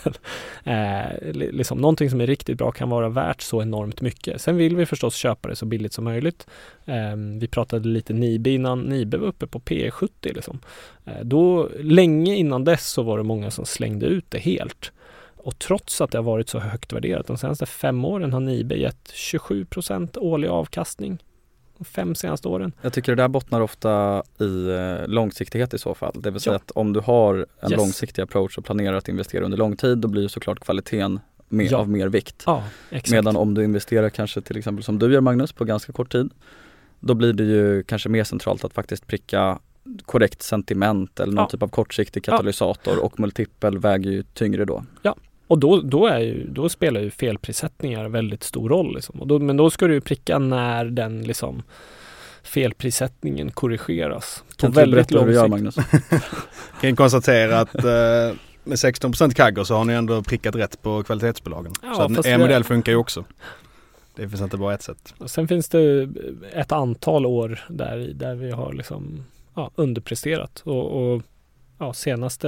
Liksom, någonting som är riktigt bra kan vara värt så enormt mycket. Sen vill vi förstås köpa det så billigt som möjligt. Vi pratade lite Nibe innan. Nibe var uppe på P70. Liksom. Då, länge innan dess så var det många som slängde ut det helt. Och trots att det har varit så högt värderat, de senaste 5 åren har Nibe gett 27% årlig avkastning. 5 senaste åren. Jag tycker det där bottnar ofta i långsiktighet i så fall. Det vill säga att om du har en långsiktig approach och planerar att investera under lång tid, då blir ju såklart kvaliteten av mer vikt. Ja, exakt. Medan om du investerar kanske till exempel som du gör, Magnus, på ganska kort tid, då blir det ju kanske mer centralt att faktiskt pricka korrekt sentiment eller någon typ av kortsiktig katalysator och multipel väger ju tyngre då. Ja. Och då spelar ju felprissättningar väldigt stor roll. Liksom. Men då ska du ju pricka när den liksom, felprissättningen korrigeras. Kan du berätta vad du gör, Magnus? Kan konstatera att med 16% kagger så har ni ändå prickat rätt på kvalitetsbolagen. Ja, så att en modell funkar ju också. Det finns inte bara ett sätt. Och sen finns det ett antal år där vi har liksom, underpresterat. Senast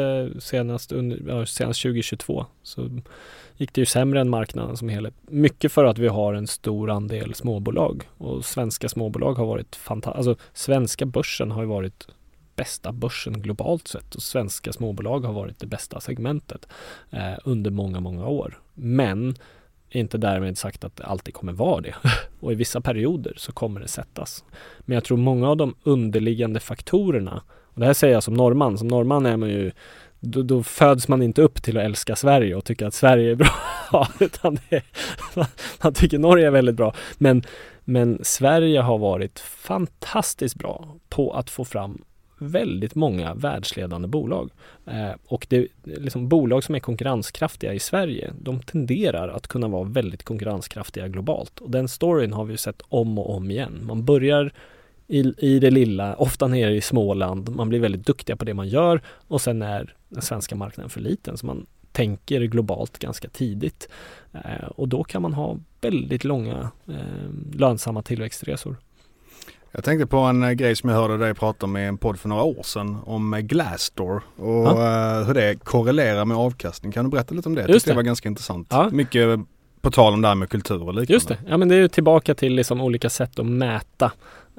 2022 så gick det ju sämre än marknaden som helhet. Mycket för att vi har en stor andel småbolag och svenska småbolag har varit fantastiska. Alltså svenska börsen har ju varit bästa börsen globalt sett och svenska småbolag har varit det bästa segmentet under många, många år. Men inte därmed sagt att det alltid kommer vara det. Och i vissa perioder så kommer det sättas. Men jag tror många av de underliggande faktorerna, och det här säger jag som norrman. Som norrman är man ju, då föds man inte upp till att älska Sverige och tycka att Sverige är bra. Utan man tycker Norge är väldigt bra. Men Sverige har varit fantastiskt bra på att få fram väldigt många världsledande bolag. Och det liksom bolag som är konkurrenskraftiga i Sverige, de tenderar att kunna vara väldigt konkurrenskraftiga globalt. Och den storyn har vi sett om och om igen. Man börjar i det lilla, ofta nere i Småland. Man blir väldigt duktiga på det man gör och sen är den svenska marknaden för liten så man tänker globalt ganska tidigt. Och då kan man ha väldigt långa lönsamma tillväxtresor. Jag tänkte på en grej som jag hörde dig prata om i en podd för några år sedan om Glassdoor och hur det korrelerar med avkastning. Kan du berätta lite om det? Det var ganska intressant. Ja. Mycket på tal om det här med kultur och liknande. Just det. Ja, men det är ju tillbaka till liksom olika sätt att mäta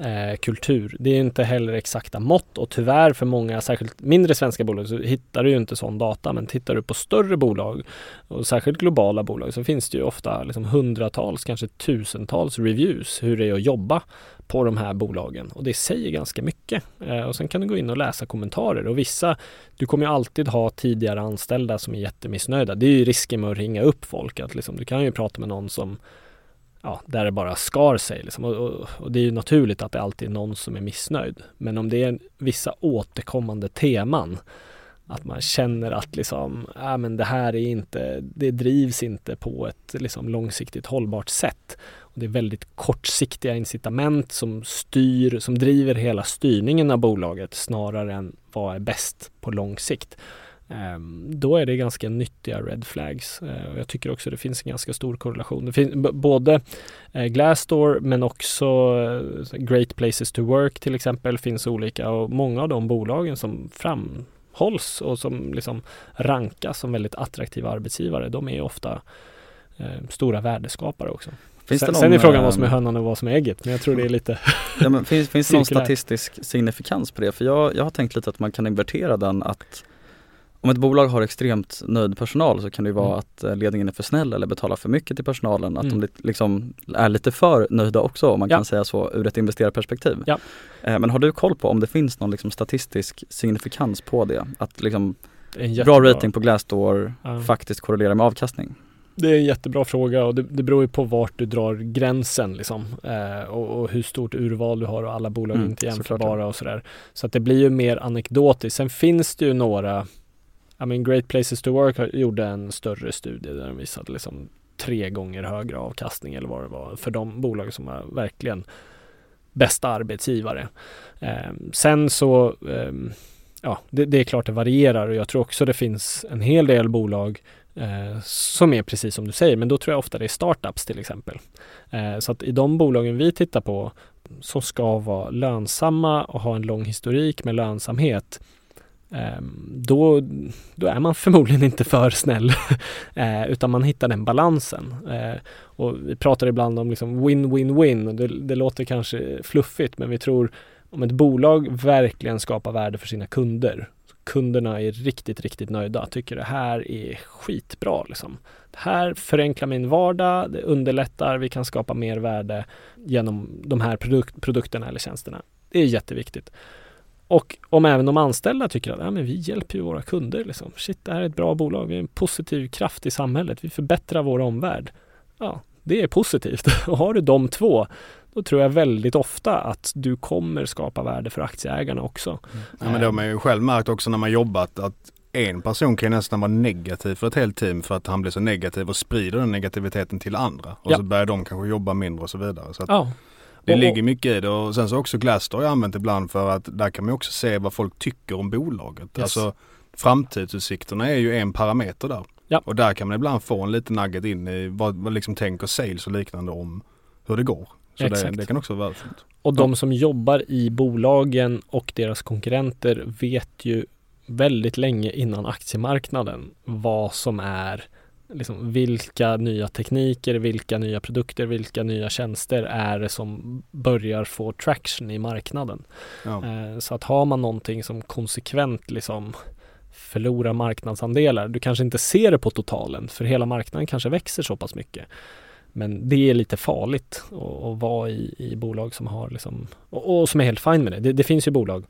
kultur. Det är inte heller exakta mått och tyvärr för många, särskilt mindre svenska bolag, så hittar du ju inte sån data, men tittar du på större bolag och särskilt globala bolag så finns det ju ofta liksom hundratals, kanske tusentals reviews hur det är att jobba på de här bolagen och det säger ganska mycket. Och sen kan du gå in och läsa kommentarer och vissa, du kommer ju alltid ha tidigare anställda som är jättemissnöjda. Det är ju risken med att ringa upp folk, att liksom, du kan ju prata med någon som där det bara skar sig. Liksom. Och det är ju naturligt att det alltid är någon som är missnöjd. Men om det är vissa återkommande teman, att man känner att liksom, men det här är inte, det drivs inte på ett liksom, långsiktigt hållbart sätt. Och det är väldigt kortsiktiga incitament som driver hela styrningen av bolaget snarare än vad är bäst på lång sikt. Då är det ganska nyttiga red flags. Och jag tycker också det finns en ganska stor korrelation. Det finns både Glassdoor men också Great Places to Work till exempel finns olika och många av de bolagen som framhålls och som liksom rankas som väldigt attraktiva arbetsgivare, de är ofta stora värdeskapare också. Sen är frågan vad som är hönan och vad som är ägget, men jag tror det är lite men finns det någon statistisk signifikans på det? För jag har tänkt lite att man kan invertera den, att om ett bolag har extremt nöjd personal så kan det ju vara att ledningen är för snäll eller betalar för mycket till personalen. Att de liksom är lite för nöjda också, om man kan säga så, ur ett investerarperspektiv. Ja. Men har du koll på om det finns någon liksom statistisk signifikans på det? Att liksom bra rating på Glassdoor faktiskt korrelerar med avkastning? Det är en jättebra fråga och det beror ju på vart du drar gränsen liksom, och hur stort urval du har och alla bolag inte jämförbara och sådär. Så att det blir ju mer anekdotiskt. Sen finns det ju några, Great Places to Work gjorde en större studie där de visade liksom 3 gånger högre avkastning eller vad det var för de bolag som är verkligen bästa arbetsgivare. Sen så det är klart det varierar och jag tror också det finns en hel del bolag som är precis som du säger, men då tror jag ofta det är startups till exempel. Så att i de bolagen vi tittar på som ska vara lönsamma och ha en lång historik med lönsamhet, då är man förmodligen inte för snäll utan man hittar den balansen. Och vi pratar ibland om liksom win-win-win och det låter kanske fluffigt, men vi tror om ett bolag verkligen skapar värde för sina kunder, kunderna är riktigt, riktigt nöjda, tycker det här är skitbra liksom. Det här förenklar min vardag, det underlättar, vi kan skapa mer värde genom de här produkterna eller tjänsterna. Det är jätteviktigt. Och om även de anställda tycker att men vi hjälper ju våra kunder liksom. Shit, det här är ett bra bolag, vi är en positiv kraft i samhället, vi förbättrar vår omvärld. Ja, det är positivt. Och har du de två, då tror jag väldigt ofta att du kommer skapa värde för aktieägarna också. Ja, men det har man ju själv märkt också när man jobbat, att en person kan nästan vara negativ för ett helt team för att han blir så negativ och sprider den negativiteten till andra. Och så börjar de kanske jobba mindre och så vidare. Så att det ligger mycket i det. Och sen så också Glassdoor har jag använt ibland för att där kan man också se vad folk tycker om bolaget. Yes. Alltså framtidsutsikterna är ju en parameter där. Ja. Och där kan man ibland få en liten nugget in i vad liksom tänker sales och liknande om hur det går. Så det kan också vara värdefullt. Och de som jobbar i bolagen och deras konkurrenter vet ju väldigt länge innan aktiemarknaden vad som är liksom, vilka nya tekniker, vilka nya produkter, vilka nya tjänster är det som börjar få traction i marknaden. Ja. Så att har man någonting som konsekvent liksom förlorar marknadsandelar, du kanske inte ser det på totalen för hela marknaden kanske växer så pass mycket. Men det är lite farligt att vara i bolag som har liksom, och som är helt fine med det. Det finns ju bolag,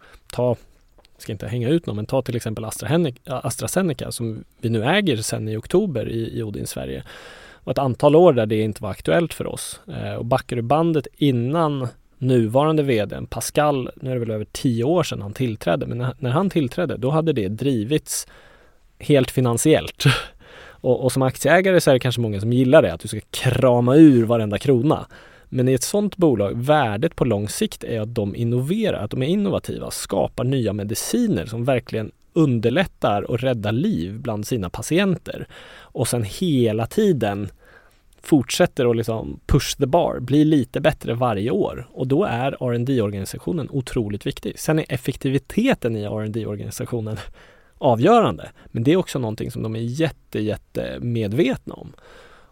ska inte hänga ut någon, men ta till exempel AstraZeneca som vi nu äger sedan i oktober i Odin Sverige. Och ett antal år där det inte var aktuellt för oss. Och backar du bandet innan nuvarande vdn Pascal, nu är det väl över 10 år sedan han tillträdde, men när han tillträdde då hade det drivits helt finansiellt. Och som aktieägare så är det kanske många som gillar det, att du ska krama ur varenda krona. Men i ett sånt bolag, värdet på lång sikt är att de innoverar, att de är innovativa, skapar nya mediciner som verkligen underlättar och räddar liv bland sina patienter. Och sen hela tiden fortsätter att liksom push the bar, blir lite bättre varje år. Och då är R&D-organisationen otroligt viktig. Sen är effektiviteten i R&D-organisationen avgörande. Men det är också någonting som de är jätte medvetna om.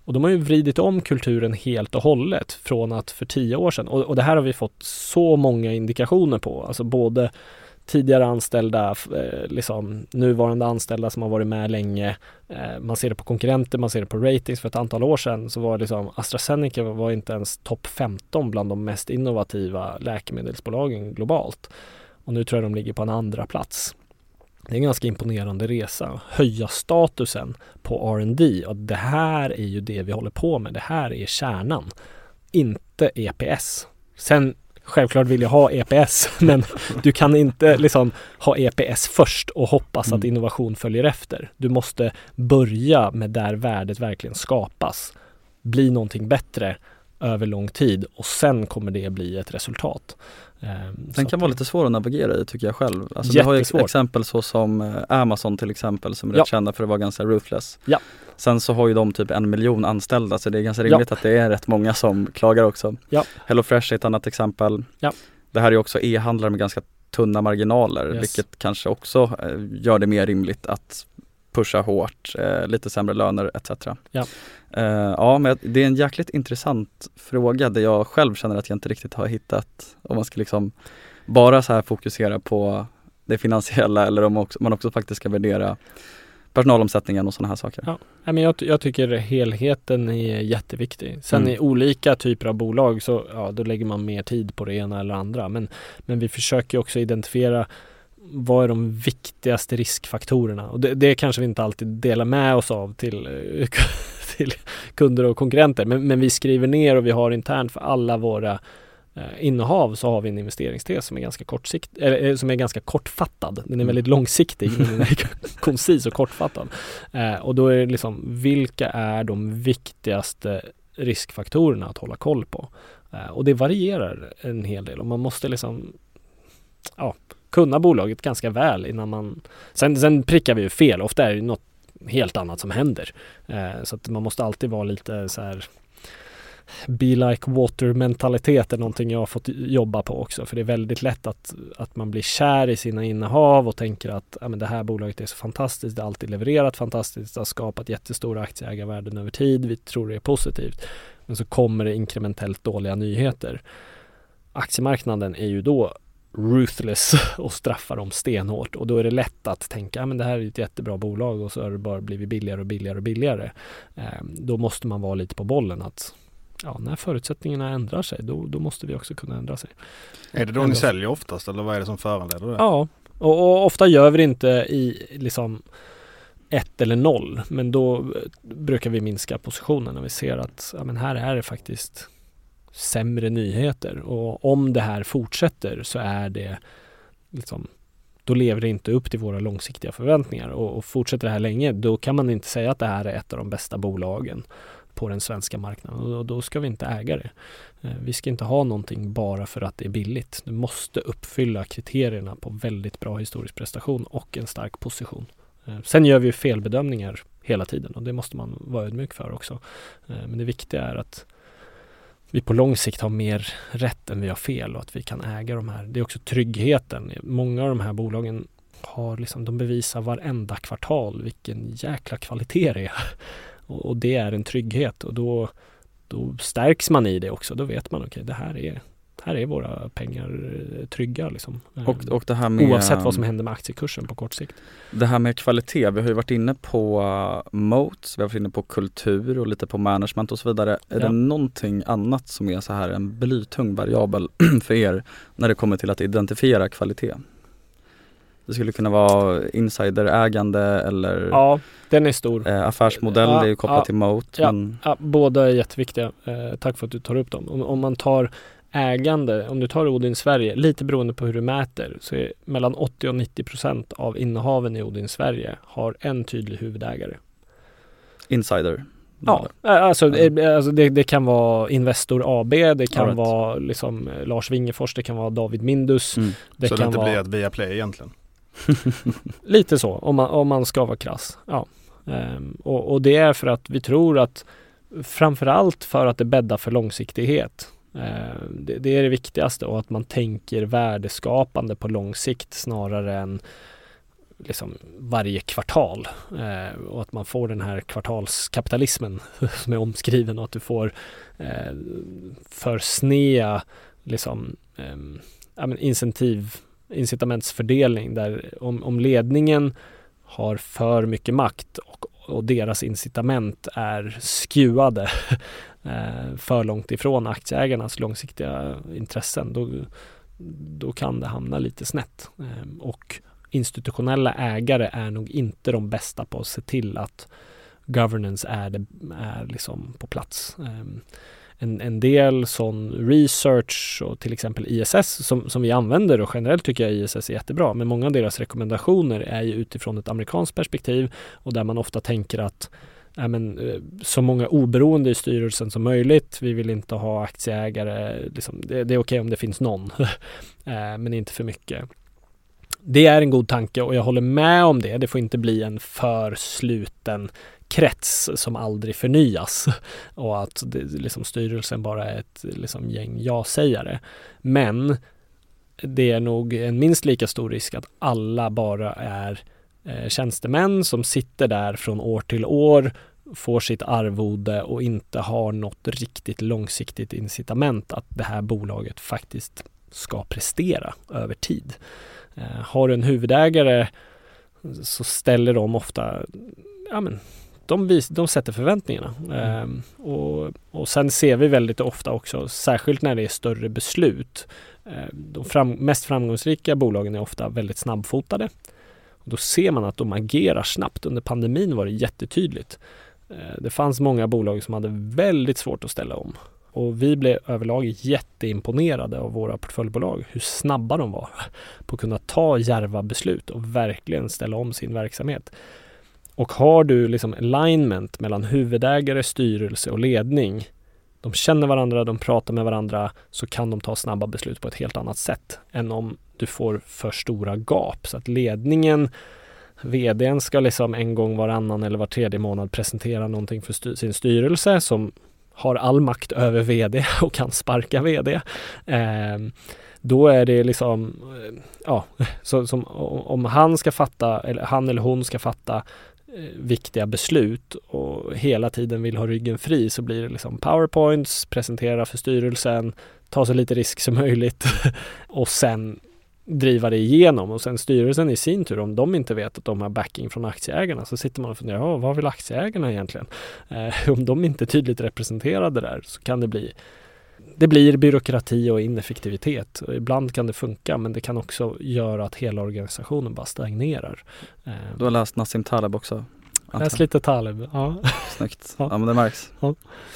Och de har ju vridit om kulturen helt och hållet från att för 10 år sedan, och det här har vi fått så många indikationer på, alltså både tidigare anställda, liksom nuvarande anställda som har varit med länge. Man ser det på konkurrenter, man ser det på ratings. För ett antal år sedan så var liksom AstraZeneca var inte ens topp 15 bland de mest innovativa läkemedelsbolagen globalt. Och nu tror jag de ligger på en andra plats. Det är en ganska imponerande resa. Höja statusen på R&D. Och det här är ju det vi håller på med. Det här är kärnan. Inte EPS. Sen självklart vill jag ha EPS, men du kan inte liksom ha EPS först och hoppas att innovation följer efter. Du måste börja med där värdet verkligen skapas. Bli någonting bättre över lång tid och sen kommer det bli ett resultat. Den kan vara lite svår att navigera i tycker jag själv. Alltså, du har ju exempel så som Amazon till exempel som är rätt kända för att vara ganska ruthless. Ja. Sen så har ju de typ 1 miljon anställda så det är ganska rimligt att det är rätt många som klagar också. Ja. HelloFresh är ett annat exempel. Ja. Det här är också e-handlare med ganska tunna marginaler vilket kanske också gör det mer rimligt att pusha hårt, lite sämre löner etc. Ja. Men det är en jäkligt intressant fråga där jag själv känner att jag inte riktigt har hittat om man ska liksom bara så här fokusera på det finansiella eller om man också faktiskt ska värdera personalomsättningen och sådana här saker. Ja, men jag tycker helheten är jätteviktig. Sen i olika typer av bolag så då lägger man mer tid på det ena eller andra. Men vi försöker också identifiera vad är de viktigaste riskfaktorerna. Och det kanske vi inte alltid delar med oss av till kunder och konkurrenter. Men vi skriver ner och vi har internt för alla våra innehav så har vi en investeringstes som är ganska som är ganska kortfattad. Den är väldigt långsiktig men den är koncis och kortfattad. Och då är det liksom, vilka är de viktigaste riskfaktorerna att hålla koll på? Och det varierar en hel del och man måste liksom kunna bolaget ganska väl innan man... Sen prickar vi ju fel. Ofta är det något helt annat som händer. Så att man måste alltid vara lite så här be like water-mentalitet är någonting jag har fått jobba på också. För det är väldigt lätt att man blir kär i sina innehav och tänker att men det här bolaget är så fantastiskt. Det har alltid levererat fantastiskt. Det har skapat jättestora aktieägarvärden över tid. Vi tror det är positivt. Men så kommer det inkrementellt dåliga nyheter. Aktiemarknaden är ju då ruthless och straffar dem stenhårt och då är det lätt att tänka men det här är ett jättebra bolag och så har det bara blivit billigare och billigare och billigare. Då måste man vara lite på bollen att när förutsättningarna ändrar sig då måste vi också kunna ändra sig. Är det då ni säljer oftast eller vad är det som föranleder det? Ja, och ofta gör vi det inte i liksom 1 eller 0 men då brukar vi minska positionen när vi ser att men här är det faktiskt sämre nyheter och om det här fortsätter så är det liksom, då lever det inte upp till våra långsiktiga förväntningar och fortsätter det här länge då kan man inte säga att det här är ett av de bästa bolagen på den svenska marknaden och då ska vi inte äga det. Vi ska inte ha någonting bara för att det är billigt. Du måste uppfylla kriterierna på väldigt bra historisk prestation och en stark position. Sen gör vi felbedömningar hela tiden och det måste man vara ödmjuk för också. Men det viktiga är att vi på lång sikt har mer rätt än vi har fel och att vi kan äga de här. Det är också tryggheten. Många av de här bolagen har liksom, de bevisar varenda kvartal vilken jäkla kvalitet det är. Och det är en trygghet och då stärks man i det också. Då vet man det här är våra pengar trygga liksom. Och det här med, oavsett vad som händer med aktiekursen på kort sikt. Det här med kvalitet, vi har ju varit inne på moats, vi har varit inne på kultur och lite på management och så vidare. Är det någonting annat som är så här en blytung variabel för er när det kommer till att identifiera kvalitet? Det skulle kunna vara insiderägande eller den är stor. Affärsmodell är ju kopplat till moat. Ja, båda är jätteviktiga. Tack för att du tar upp dem. Om man tar ägande, om du tar Odin Sverige, lite beroende på hur du mäter, så är mellan 80 och 90% av innehaven i Odin Sverige har en tydlig huvudägare. Insider? Ja, alltså det kan vara Investor AB, det kan vara liksom Lars Wingefors, det kan vara David Mindus. Så det inte blir ett Viaplay egentligen? Lite så, om man ska vara krass. Ja. Och det är för att vi tror att framförallt för att det bäddar för långsiktighet. Det är det viktigaste och att man tänker värdeskapande på lång sikt snarare än liksom varje kvartal och att man får den här kvartalskapitalismen som är omskriven och att du får för snea liksom, incitamentsfördelning där om ledningen har för mycket makt och deras incitament är skewade för långt ifrån aktieägarnas långsiktiga intressen, då kan det hamna lite snett. Och institutionella ägare är nog inte de bästa på att se till att governance är liksom på plats. En del sån research och till exempel ISS som vi använder, och generellt tycker jag ISS är jättebra, men många av deras rekommendationer är ju utifrån ett amerikanskt perspektiv och där man ofta tänker att så många oberoende i styrelsen som möjligt. Vi vill inte ha aktieägare. Liksom, det är okej om det finns någon, men inte för mycket. Det är en god tanke och jag håller med om det. Det får inte bli en för sluten krets som aldrig förnyas och att liksom styrelsen bara är ett liksom gäng ja-sägare. Men det är nog en minst lika stor risk att alla bara är tjänstemän som sitter där från år till år, får sitt arvode och inte har något riktigt långsiktigt incitament att det här bolaget faktiskt ska prestera över tid. Har du en huvudägare så ställer de ofta, de sätter förväntningarna. Och sen ser vi väldigt ofta också, särskilt när det är större beslut, de mest framgångsrika bolagen är ofta väldigt snabbfotade. Och då ser man att de agerar snabbt. Under pandemin var det jättetydligt. Det fanns många bolag som hade väldigt svårt att ställa om. Och vi blev överlag jätteimponerade av våra portföljbolag. Hur snabba de var på att kunna ta djärva beslut och verkligen ställa om sin verksamhet. Och har du liksom alignment mellan huvudägare, styrelse och ledning, de känner varandra, de pratar med varandra, så kan de ta snabba beslut på ett helt annat sätt än om du får för stora gap. Så att vdn ska liksom en gång varannan eller var tredje månad presentera någonting för sin styrelse som har all makt över vd och kan sparka vd. Då är det liksom, som om han eller hon ska fatta viktiga beslut och hela tiden vill ha ryggen fri, så blir det liksom PowerPoints, presentera för styrelsen, ta så lite risk som möjligt och sen driva det igenom. Och sen styrelsen i sin tur, om de inte vet att de har backing från aktieägarna, så sitter man och funderar, vad vill aktieägarna egentligen? Om de inte är tydligt representerade där, så kan det blir byråkrati och ineffektivitet. Och ibland kan det funka, men det kan också göra att hela organisationen bara stagnerar. Du har läst Nassim Taleb också? Läst lite Taleb, ja. Snyggt. Ja, men det märks. Ja.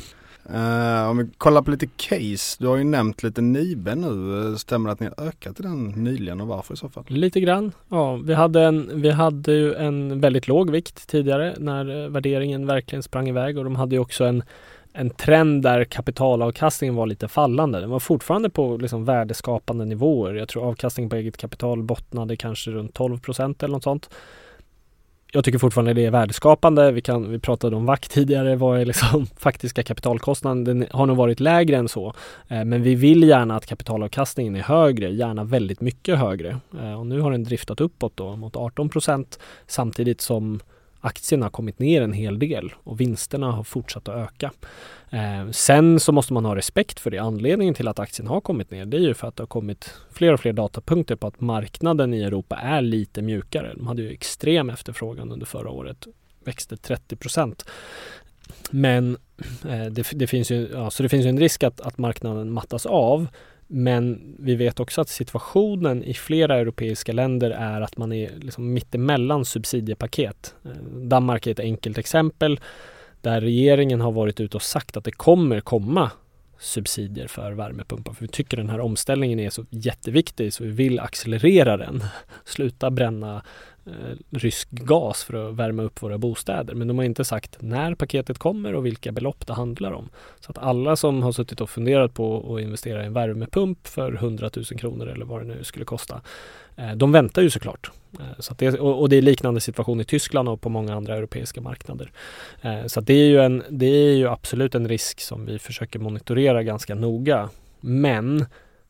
Om vi kollar på lite case, du har ju nämnt lite Nibe nu. Stämmer det att ni har ökat i den nyligen och varför i så fall? Lite grann, ja. Vi hade ju en väldigt låg vikt tidigare när värderingen verkligen sprang iväg, och de hade ju också en trend där kapitalavkastningen var lite fallande. Den var fortfarande på liksom värdeskapande nivåer. Jag tror avkastningen på eget kapital bottnade kanske runt 12% eller något sånt. Jag tycker fortfarande det är värdeskapande. Vi pratade om VAC tidigare. Vad är liksom faktiska kapitalkostnaden? Den har nog varit lägre än så. Men vi vill gärna att kapitalavkastningen är högre. Gärna väldigt mycket högre. Och nu har den driftat uppåt då mot 18%. Samtidigt som aktierna har kommit ner en hel del och vinsterna har fortsatt att öka. Sen så måste man ha respekt för det. Anledningen till att aktien har kommit ner, det är ju för att det har kommit fler och fler datapunkter på att marknaden i Europa är lite mjukare. De hade ju extrem efterfrågan under förra året. Växte 30%. Men det finns ju en risk att marknaden mattas av. Men vi vet också att situationen i flera europeiska länder är att man är liksom mittemellan subsidiepaket. Danmark är ett enkelt exempel där regeringen har varit ute och sagt att det kommer komma subsidier för värmepumpar. För vi tycker den här omställningen är så jätteviktig, så vi vill accelerera den. Sluta bränna rysk gas för att värma upp våra bostäder. Men de har inte sagt när paketet kommer och vilka belopp det handlar om. Så att alla som har suttit och funderat på att investera i en värmepump för 100 000 kronor eller vad det nu skulle kosta, de väntar ju såklart. Så att det är liknande situation i Tyskland och på många andra europeiska marknader. Så att det är ju absolut en risk som vi försöker monitorera ganska noga. Men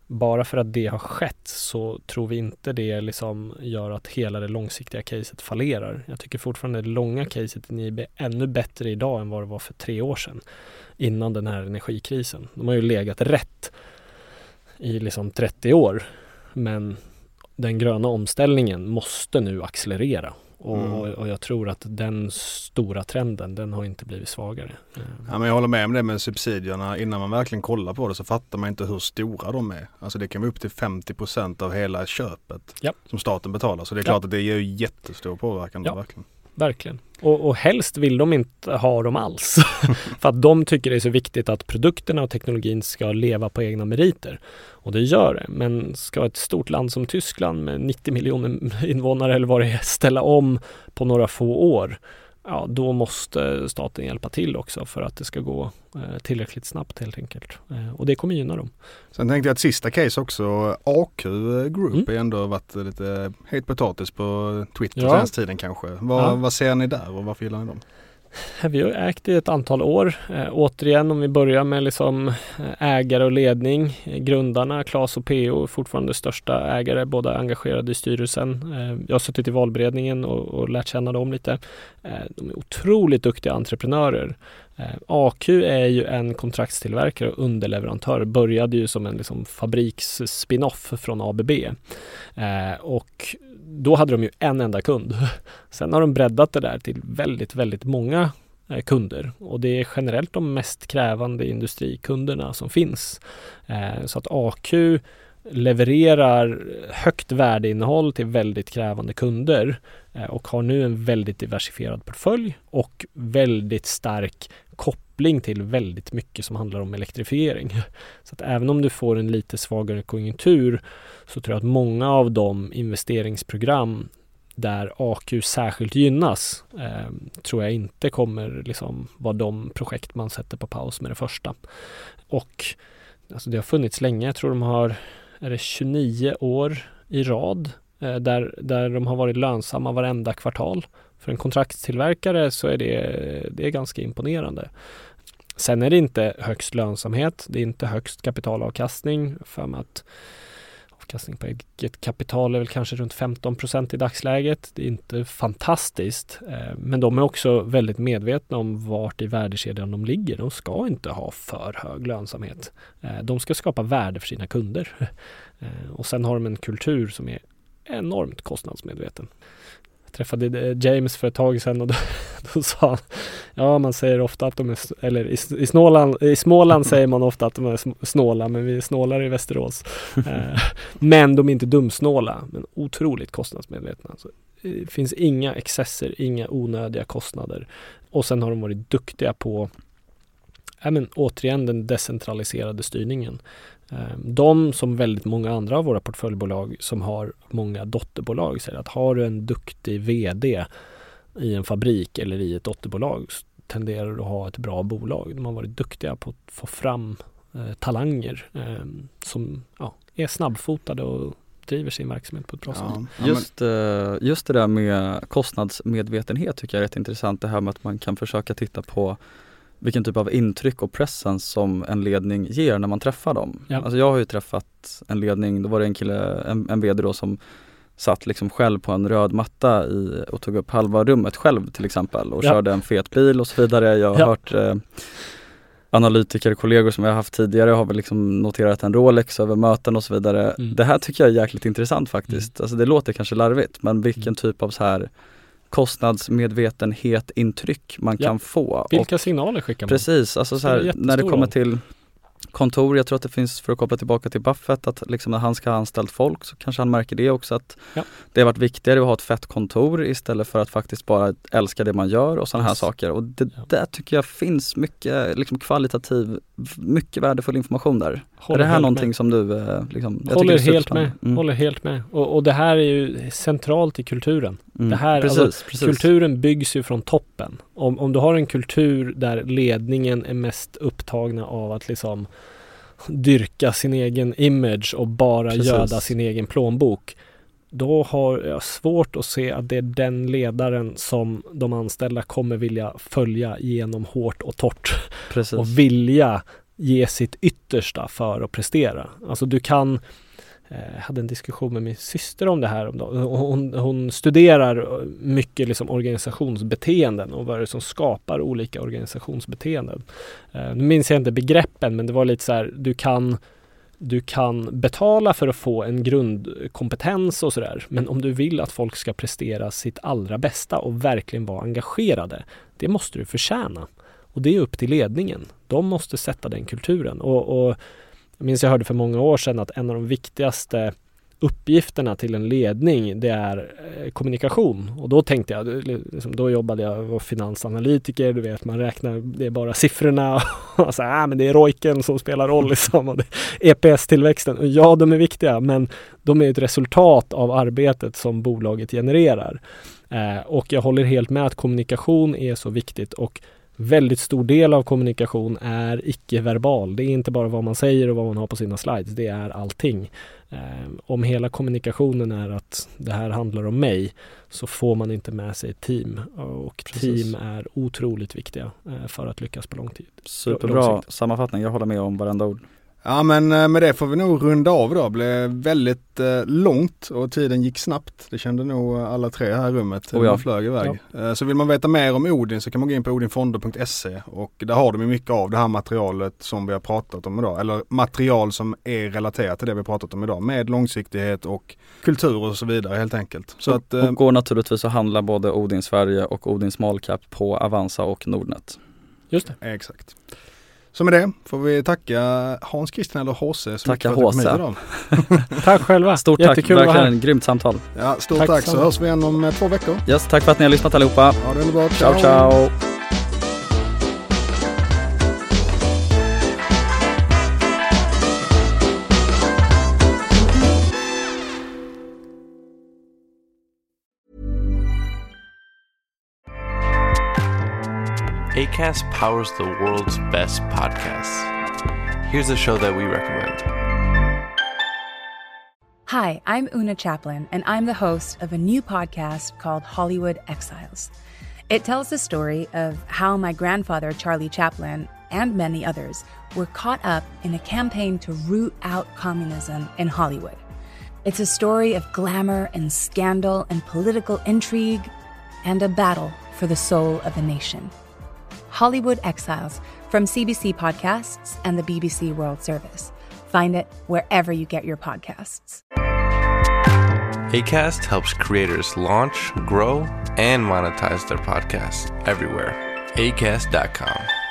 bara för att det har skett så tror vi inte det liksom gör att hela det långsiktiga caset fallerar. Jag tycker fortfarande det långa caset i NIB är ännu bättre idag än vad det var för 3 år sedan innan den här energikrisen. De har ju legat rätt i liksom 30 år, men den gröna omställningen måste nu accelerera. Och jag tror att den stora trenden, den har inte blivit svagare. Ja, men jag håller med om det med subsidierna. Innan man verkligen kollar på det så fattar man inte hur stora de är. Alltså det kan vara upp till 50% av hela köpet som staten betalar. Så det är klart att det ger ju jättestor påverkan då, verkligen. Verkligen. Och helst vill de inte ha dem alls. För att de tycker det är så viktigt att produkterna och teknologin ska leva på egna meriter. Och det gör det. Men ska ett stort land som Tyskland med 90 miljoner invånare eller vad det är ställa om på några få år, ja, då måste staten hjälpa till också för att det ska gå tillräckligt snabbt helt enkelt. Och det kommer gynna dem. Sen tänkte jag att sista case också, AQ Group är ändå varit lite het potatis på Twitter senaste tiden kanske. Vad ser ni där och varför gillar ni dem? Vi har ägt i ett antal år. Återigen, om vi börjar med liksom ägare och ledning. Grundarna, Claes och PO, fortfarande största ägare, båda engagerade i styrelsen. Jag har suttit i valberedningen och lärt känna dem lite. De är otroligt duktiga entreprenörer. AQ är ju en kontraktstillverkare och underleverantör. Började ju som en liksom fabriks-spin-off från ABB. Och då hade de ju en enda kund. Sen har de breddat det där till väldigt, väldigt många kunder. Och det är generellt de mest krävande industrikunderna som finns. Så att AQ levererar högt värdeinnehåll till väldigt krävande kunder och har nu en väldigt diversifierad portfölj och väldigt stark koppling till väldigt mycket som handlar om elektrifiering. Så att även om du får en lite svagare konjunktur så tror jag att många av de investeringsprogram där AQ särskilt gynnas tror jag inte kommer liksom vara de projekt man sätter på paus med det första. Och alltså det har funnits länge, jag tror de har 29 år i rad där de har varit lönsamma varenda kvartal. För en kontraktstillverkare så är det är ganska imponerande. Sen är det inte högst lönsamhet, det är inte högst kapitalavkastning, för mig att avkastning på eget kapital är väl kanske runt 15% i dagsläget. Det är inte fantastiskt, men de är också väldigt medvetna om vart i värdekedjan de ligger. De ska inte ha för hög lönsamhet. De ska skapa värde för sina kunder. Och sen har de en kultur som är enormt kostnadsmedveten. Jag träffade James för ett tag sedan och då sa han, ja, man säger ofta att de är, eller i Småland säger man ofta att de är snåla, men vi är snålare i Västerås. Men de är inte dumsnåla, men otroligt kostnadsmedvetna. Alltså, det finns inga excesser, inga onödiga kostnader. Och sen har de varit duktiga på återigen den decentraliserade styrningen. De, som väldigt många andra av våra portföljbolag som har många dotterbolag, säger att har du en duktig vd i en fabrik eller i ett dotterbolag så tenderar du att ha ett bra bolag. De har varit duktiga på att få fram talanger som är snabbfotade och driver sin verksamhet på ett bra sätt. Just det där med kostnadsmedvetenhet tycker jag är rätt intressant. Det här med att man kan försöka titta på vilken typ av intryck och presens som en ledning ger när man träffar dem. Ja. Alltså jag har ju träffat en ledning, då var det en kille, en vd då, som satt liksom själv på en röd matta och tog upp halva rummet själv till exempel och körde en fet bil och så vidare. Jag har hört analytikerkollegor som jag har haft tidigare har väl liksom noterat en Rolex över möten och så vidare. Det här tycker jag är jäkligt intressant faktiskt. Alltså det låter kanske larvigt, men vilken typ av så här kostnadsmedvetenhet, intryck man kan få. Vilka signaler skickar man? Precis, alltså så här, när det kommer till kontor, jag tror att det finns, för att koppla tillbaka till Buffett, att liksom när han ska ha anställt folk så kanske han märker det också, att det har varit viktigare att ha ett fett kontor istället för att faktiskt bara älska det man gör och sådana här saker. Och det där tycker jag finns mycket liksom kvalitativ, mycket värdefull information där. Är det här någonting med som du liksom, håller helt med. Och det här är ju centralt i kulturen. Det här, precis. Kulturen byggs ju från toppen. Om du har en kultur där ledningen är mest upptagna av att liksom dyrka sin egen image och bara göda sin egen plånbok, då har jag svårt att se att det är den ledaren som de anställda kommer vilja följa genom hårt och torrt. Precis. Och vilja ge sitt yttersta för att prestera. Alltså du kan, jag hade en diskussion med min syster om det här. Hon studerar mycket liksom organisationsbeteenden och vad det är som skapar olika organisationsbeteenden. Nu minns jag inte begreppen, men det var lite så här, du kan betala för att få en grundkompetens och sådär. Men om du vill att folk ska prestera sitt allra bästa och verkligen vara engagerade, det måste du förtjäna. Och det är upp till ledningen. De måste sätta den kulturen. Och jag minns jag hörde för många år sedan att en av de viktigaste uppgifterna till en ledning, det är kommunikation. Och då tänkte jag, liksom, då jobbade jag var finansanalytiker, du vet, man räknar, det är bara siffrorna och så här, men det är ROIken som spelar roll liksom, och EPS-tillväxten. Och ja, de är viktiga, men de är ett resultat av arbetet som bolaget genererar. Och jag håller helt med att kommunikation är så viktigt, och väldigt stor del av kommunikation är icke-verbal. Det är inte bara vad man säger och vad man har på sina slides. Det är allting. Om hela kommunikationen är att det här handlar om mig, så får man inte med sig ett team. Och team är otroligt viktiga för att lyckas på lång tid. Superbra sammanfattning. Jag håller med om varenda ord. Ja, men med det får vi nog runda av då. Det blev väldigt långt och tiden gick snabbt. Det kände nog alla tre här i rummet. Man flög iväg. Ja. Så vill man veta mer om Odin så kan man gå in på odinfonder.se, och där har de mycket av det här materialet som vi har pratat om idag. Eller material som är relaterat till det vi har pratat om idag, med långsiktighet och kultur och så vidare helt enkelt. Så att, och går naturligtvis att handla både Odin Sverige och Odin Small Cap på Avanza och Nordnet. Just det. Exakt. Så med det får vi tacka Hans Christian eller HC. Tacka HC. Tack själva. Stort tack, verkligen en grymt samtal. Ja, stort tack så hörs vi igen om 2 veckor. Yes, tack för att ni har lyssnat allihopa. Ja, det är bra. Ciao, ciao. Acast powers the world's best podcasts. Here's a show that we recommend. Hi, I'm Una Chaplin, and I'm the host of a new podcast called Hollywood Exiles. It tells the story of how my grandfather, Charlie Chaplin, and many others were caught up in a campaign to root out communism in Hollywood. It's a story of glamour and scandal and political intrigue and a battle for the soul of a nation. Hollywood Exiles from CBC Podcasts and the BBC World Service. Find it wherever you get your podcasts. Acast helps creators launch, grow, and monetize their podcasts everywhere. Acast.com.